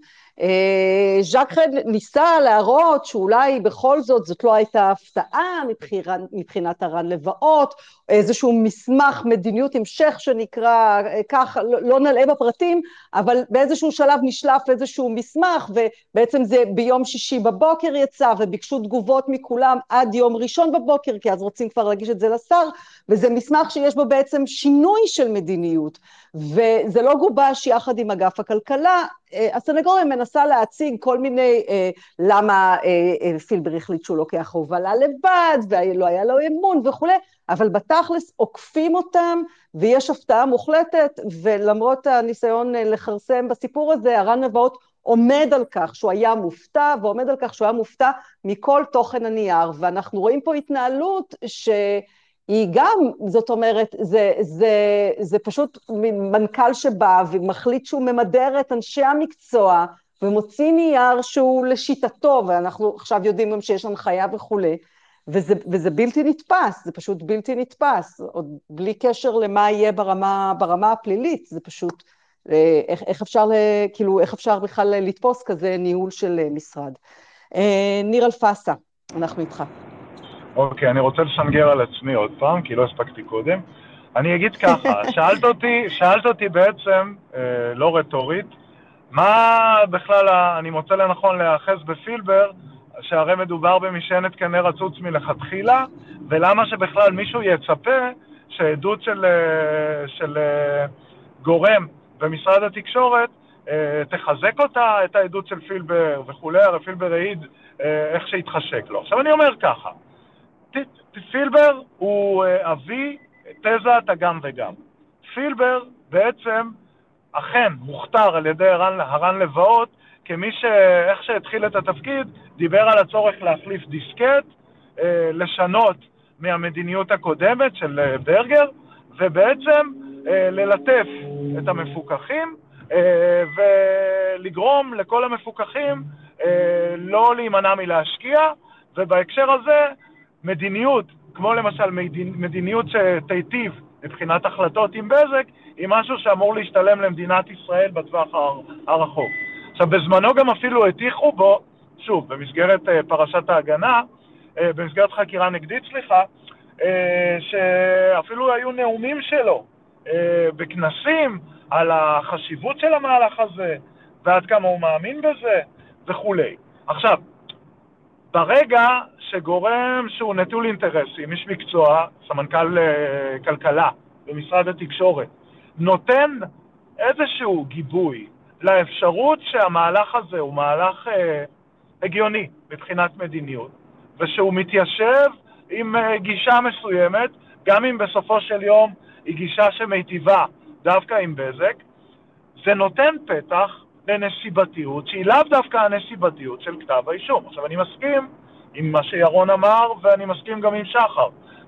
Speaker 1: ז'אק חד ניסה להראות שאולי בכל זאת זאת לא הייתה הפתעה מבחינת, מבחינת הרן לבאות, איזשהו מסמך מדיניות המשך שנקרא כך, לא, לא נלאה בפרטים, אבל באיזשהו שלב נשלף איזשהו מסמך, ובעצם זה ביום שישי בבוקר יצא, וביקשו תגובות מכולם עד יום ראשון בבוקר, כי אז רוצים כבר להגיש את זה לשר, וזה מסמך שיש בו בעצם שינוי של מדיניות, וזה לא גובש יחד עם אגף הכלכלה. הסנגוריה מנסה להציג כל מיני, אה, למה אה, אה, פילבר החליט שהוא לוקח הובלה לבד, ולא היה לו אמון וכו', אבל בתכלס עוקפים אותם, ויש הפתעה מוחלטת, ולמרות הניסיון לחרסם בסיפור הזה, הרן לבאות עומד על כך שהוא היה מופתע, ועומד על כך שהוא היה מופתע מכל תוכן הנייר, ואנחנו רואים פה התנהלות ש... היא גם, זאת אומרת, זה, זה, זה פשוט מנכ"ל שבא ומחליט שהוא ממדר את אנשי המקצוע, ומוציא נייר שהוא לשיטתו, ואנחנו עכשיו יודעים גם שיש הנחיה וכו', וזה, וזה בלתי נתפס, זה פשוט בלתי נתפס, עוד בלי קשר למה יהיה ברמה, ברמה הפלילית, זה פשוט, איך, איך אפשר, כאילו, איך אפשר בכלל לתפוס כזה ניהול של משרד. ניר אלפסה, אנחנו איתך.
Speaker 3: אוקיי, אני רוצה לשנגר על עצמי עוד פעם, כי לא הספקתי קודם. אני אגיד ככה, שאלת אותי, שאלת אותי בעצם, אה, לא רטורית, מה בכלל אני מוצא לנכון להאחז בפילבר, שהרי מדובר במשענת כנר רצוץ מלכתחילה, ולמה שבכלל מישהו יצפה שעדות של, של גורם במשרד התקשורת אה, תחזק אותה, את העדות של פילבר וכו', הרי פילבר העיד אה, איך שהתחשק לו. עכשיו אני אומר ככה, פילבר הוא אבי תזת הגם וגם. פילבר בעצם אכן מוכתר על ידי הרן, הרן לבאות כמי שאיך שהתחיל את התפקיד דיבר על הצורך להחליף דיסקט, לשנות מהמדיניות הקודמת של ברגר, ובעצם ללטף את המפוקחים ולגרום לכל המפוקחים לא להימנע מלהשקיע, ובהקשר הזה מדיניות כמו למשל מדיניות שתיטיב מבחינת החלטות עם בזק, היא משהו שאמור להשתלם למדינת ישראל בטווח הרחוק. עכשיו, בזמנו גם אפילו הטיחו בו, שוב, במסגרת פרשת ההגנה, במסגרת חקירה נגדית, סליחה, שאפילו היו נאומים שלו בכנסים על החשיבות של המהלך הזה, ועד כמה הוא מאמין בזה, וכו'. עכשיו, ברגע שגורם שהוא נטול אינטרסים, איש מקצוע, סמנכ"ל כלכלה במשרד התקשורת, נותן איזשהו גיבוי לאפשרות שהמהלך הזה הוא מהלך אה, הגיוני מבחינת מדיניות, ושהוא מתיישב עם אה, גישה מסוימת, גם אם בסופו של יום היא גישה שמיטיבה דווקא עם בזק, זה נותן פתח לנסיבתיות, שהיא לאו דווקא הנסיבתיות של כתב האישום. עכשיו, אני מסכים עם מה שירון אמר, ואני מסכים גם עם שחר,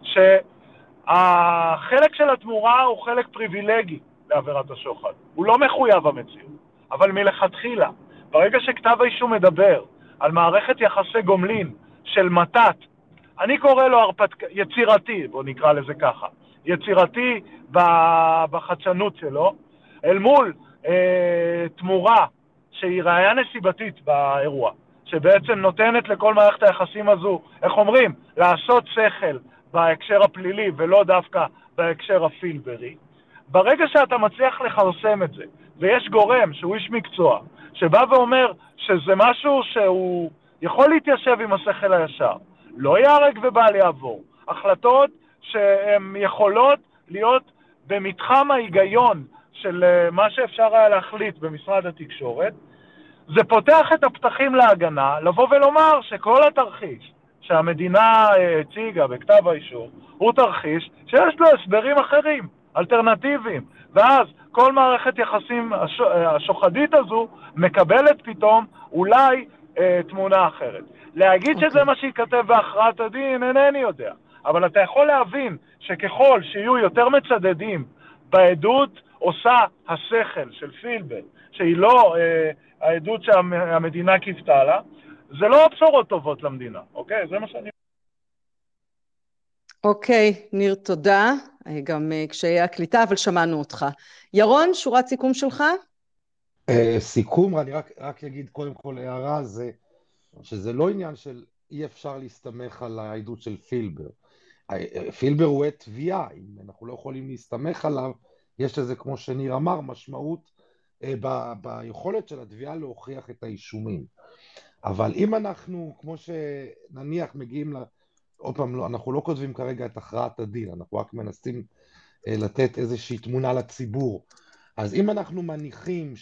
Speaker 3: שהחלק של התמורה הוא חלק פריבילגי לעבירת השוחד. הוא לא מחויב המציאות, אבל מלכתחילה, ברגע שכתב האישום מדבר על מערכת יחסי גומלין של מתת, אני קורא לו הרפתק... יצירתי, בוא נקרא לזה ככה, יצירתי בחדשנות שלו, אל מול אה, תמורה שהיא ראיה נסיבתית באירוע, שבעצם נותנת לכל מערכת היחסים הזו, איך אומרים, לעשות שכל בהקשר הפלילי ולא דווקא בהקשר הפילברי. ברגע שאתה מצליח לחרסם את זה, ויש גורם שהוא איש מקצוע, שבא ואומר שזה משהו שהוא יכול להתיישב עם השכל הישר, לא יהרג ובל יעבור, החלטות שהן יכולות להיות במתחם ההיגיון של מה שאפשר היה להחליט במשרד התקשורת, זה פותח את הפתחים להגנה, לבוא ולומר שכל התרחיש שהמדינה הציגה בכתב האישור, הוא תרחיש שיש לו הסברים אחרים, אלטרנטיביים, ואז כל מערכת יחסים השוחדית הזו מקבלת פתאום אולי אה, תמונה אחרת. להגיד okay. שזה מה שיכתב בהכרעת הדין, אינני יודע. אבל אתה יכול להבין שככל שיהיו יותר מצדדים בעדות עושה השכל של פילבר, שהיא לא אה, העדות שהמדינה כיפתה לה, זה לא בשורות טובות למדינה, אוקיי? זה מה שאני...
Speaker 1: אוקיי, ניר, תודה. גם כשיהיה הקליטה, אבל שמענו אותך. ירון, שורת סיכום שלך?
Speaker 4: סיכום, אני רק, רק אגיד קודם כל הערה, זה שזה לא עניין של אי אפשר להסתמך על העדות של פילבר. פילבר הוא את תביעה, אם אנחנו לא יכולים להסתמך עליו, יש לזה, כמו שניר אמר, משמעות ב, ביכולת של התביעה להוכיח את האישומים. אבל אם אנחנו, כמו שנניח מגיעים, לה, עוד פעם, לא, אנחנו לא כותבים כרגע את הכרעת הדין, אנחנו רק מנסים לתת איזושהי תמונה לציבור. אז אם אנחנו מניחים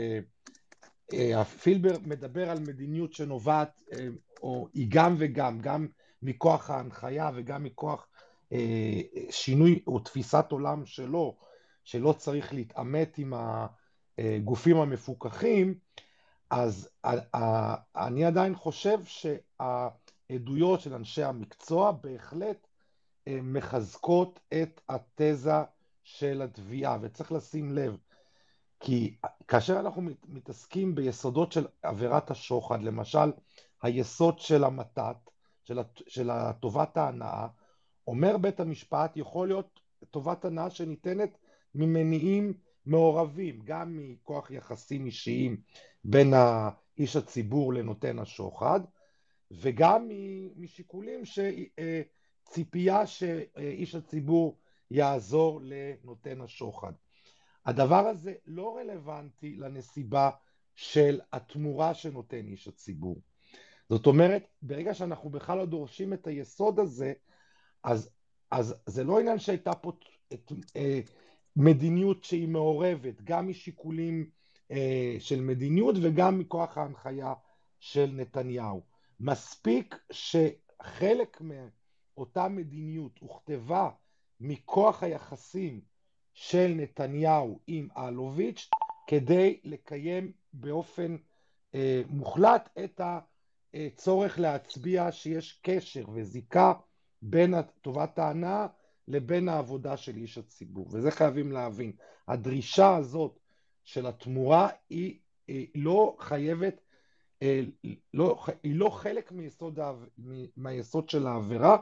Speaker 4: שהפילבר מדבר על מדיניות שנובעת, או היא גם וגם, גם מכוח ההנחיה וגם מכוח שינוי או תפיסת עולם שלו, שלא צריך להתאמת עם הגופים המפוקחים, אז אני עדיין חושב שהעדויות של אנשי המקצוע בהחלט מחזקות את התזה של התביעה, וצריך לשים לב, כי כאשר אנחנו מתעסקים ביסודות של עבירת השוחד, למשל היסוד של המתת, של טובת ההנאה, אומר בית המשפט, יכול להיות טובת הנאה שניתנת ממניעים מעורבים, גם מכוח יחסים אישיים בין איש הציבור לנותן השוחד, וגם משיקולים שציפייה שאיש הציבור יעזור לנותן השוחד. הדבר הזה לא רלוונטי לנסיבה של התמורה שנותן איש הציבור. זאת אומרת, ברגע שאנחנו בכלל לא דורשים את היסוד הזה, אז, אז זה לא עניין שהייתה פה את, אה, מדיניות שהיא מעורבת, גם משיקולים אה, של מדיניות וגם מכוח ההנחיה של נתניהו. מספיק שחלק מאותה מדיניות הוכתבה מכוח היחסים של נתניהו עם אלוביץ' כדי לקיים באופן אה, מוחלט את הצורך להצביע שיש קשר וזיקה בין טובת ההנאה לבין העבודה של איש הציבור, וזה חייבים להבין. הדרישה הזאת של התמורה היא, היא לא חייבת, לא, היא לא חלק מיסוד, מהיסוד של העבירה,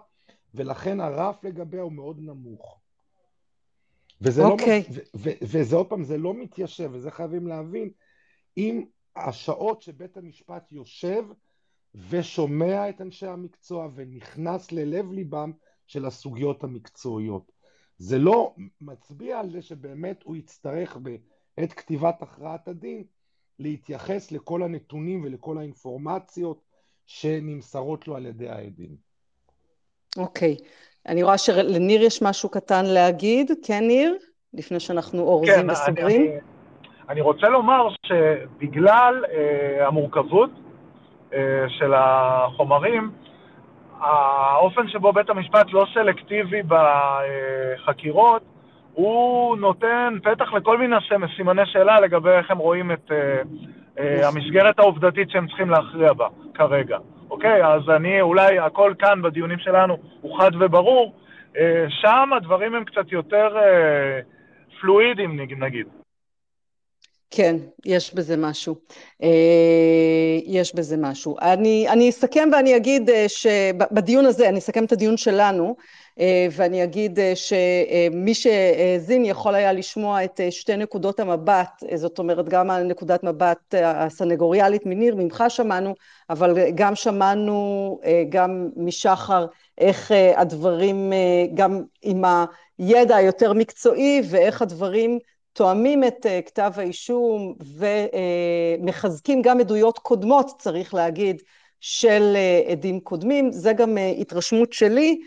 Speaker 4: ולכן הרף לגביה הוא מאוד נמוך. וזה
Speaker 1: אוקיי.
Speaker 4: לא, ו, ו, וזה עוד פעם, זה לא מתיישב, וזה חייבים להבין, עם השעות שבית המשפט יושב ושומע את אנשי המקצוע ונכנס ללב ליבם של הסוגיות המקצועיות. זה לא מצביע על זה שבאמת הוא יצטרך בעת כתיבת הכרעת הדין להתייחס לכל הנתונים ולכל האינפורמציות שנמסרות לו על ידי העדים.
Speaker 1: אוקיי. אני רואה שלניר יש משהו קטן להגיד. כן, ניר? לפני שאנחנו אורזים
Speaker 3: כן,
Speaker 1: וסוגרים.
Speaker 3: אני, אני רוצה לומר שבגלל אה, המורכבות אה, של החומרים, האופן שבו בית המשפט לא סלקטיבי בחקירות, הוא נותן פתח לכל מיני סימני שאלה לגבי איך הם רואים את אה, אה, המסגרת העובדתית שהם צריכים להכריע בה כרגע. אוקיי? אז אני, אולי הכל כאן בדיונים שלנו הוא חד וברור, אה, שם הדברים הם קצת יותר אה, פלואידים נגיד.
Speaker 1: כן, יש בזה משהו. יש בזה משהו. אני, אני אסכם ואני אגיד שבדיון הזה, אני אסכם את הדיון שלנו, ואני אגיד שמי שהזין יכול היה לשמוע את שתי נקודות המבט, זאת אומרת גם נקודת מבט הסנגוריאלית מניר, ממך שמענו, אבל גם שמענו גם משחר איך הדברים, גם עם הידע היותר מקצועי, ואיך הדברים תואמים את כתב האישום ומחזקים גם עדויות קודמות, צריך להגיד, של עדים קודמים. זה גם התרשמות שלי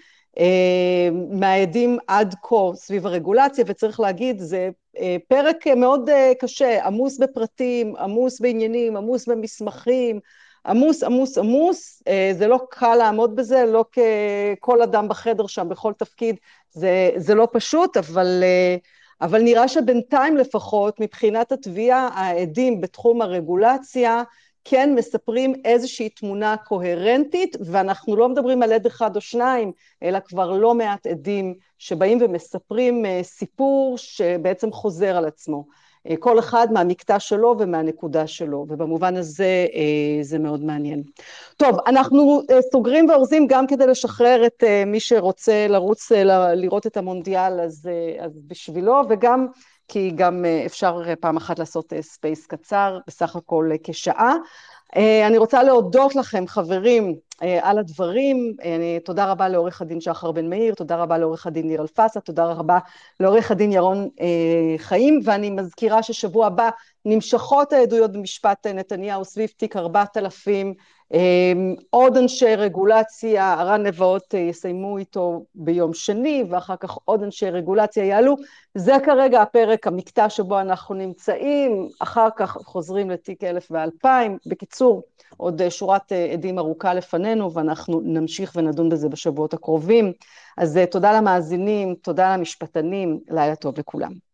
Speaker 1: מהעדים עד כה סביב הרגולציה, וצריך להגיד, זה פרק מאוד קשה, עמוס בפרטים, עמוס בעניינים, עמוס במסמכים, עמוס, עמוס, עמוס. זה לא קל לעמוד בזה, לא ככל אדם בחדר שם, בכל תפקיד, זה, זה לא פשוט, אבל... אבל נראה שבינתיים לפחות, מבחינת התביעה, העדים בתחום הרגולציה, כן מספרים איזושהי תמונה קוהרנטית, ואנחנו לא מדברים על עד אחד או שניים, אלא כבר לא מעט עדים שבאים ומספרים סיפור שבעצם חוזר על עצמו. כל אחד מהמקטע שלו ומהנקודה שלו, ובמובן הזה זה מאוד מעניין. טוב, אנחנו סוגרים ואורזים גם כדי לשחרר את מי שרוצה לרוץ לראות את המונדיאל, אז, אז בשבילו, וגם כי גם אפשר פעם אחת לעשות ספייס קצר, בסך הכל כשעה. אני רוצה להודות לכם, חברים, על הדברים. אני, תודה רבה לעורך הדין שחר בן מאיר, תודה רבה לעורך הדין ניר אלפסה, תודה רבה לעורך הדין ירון חיים, ואני מזכירה ששבוע הבא נמשכות העדויות במשפט נתניהו סביב תיק ארבעת אלפים, עוד אנשי רגולציה, הרן נבעות יסיימו איתו ביום שני, ואחר כך עוד אנשי רגולציה יעלו. זה כרגע הפרק, המקטע שבו אנחנו נמצאים, אחר כך חוזרים לתיק אלף ואלפיים. בקיצור, עוד שורת עדים ארוכה לפנינו, ואנחנו נמשיך ונדון בזה בשבועות הקרובים. אז תודה למאזינים, תודה למשפטנים, לילה טוב לכולם.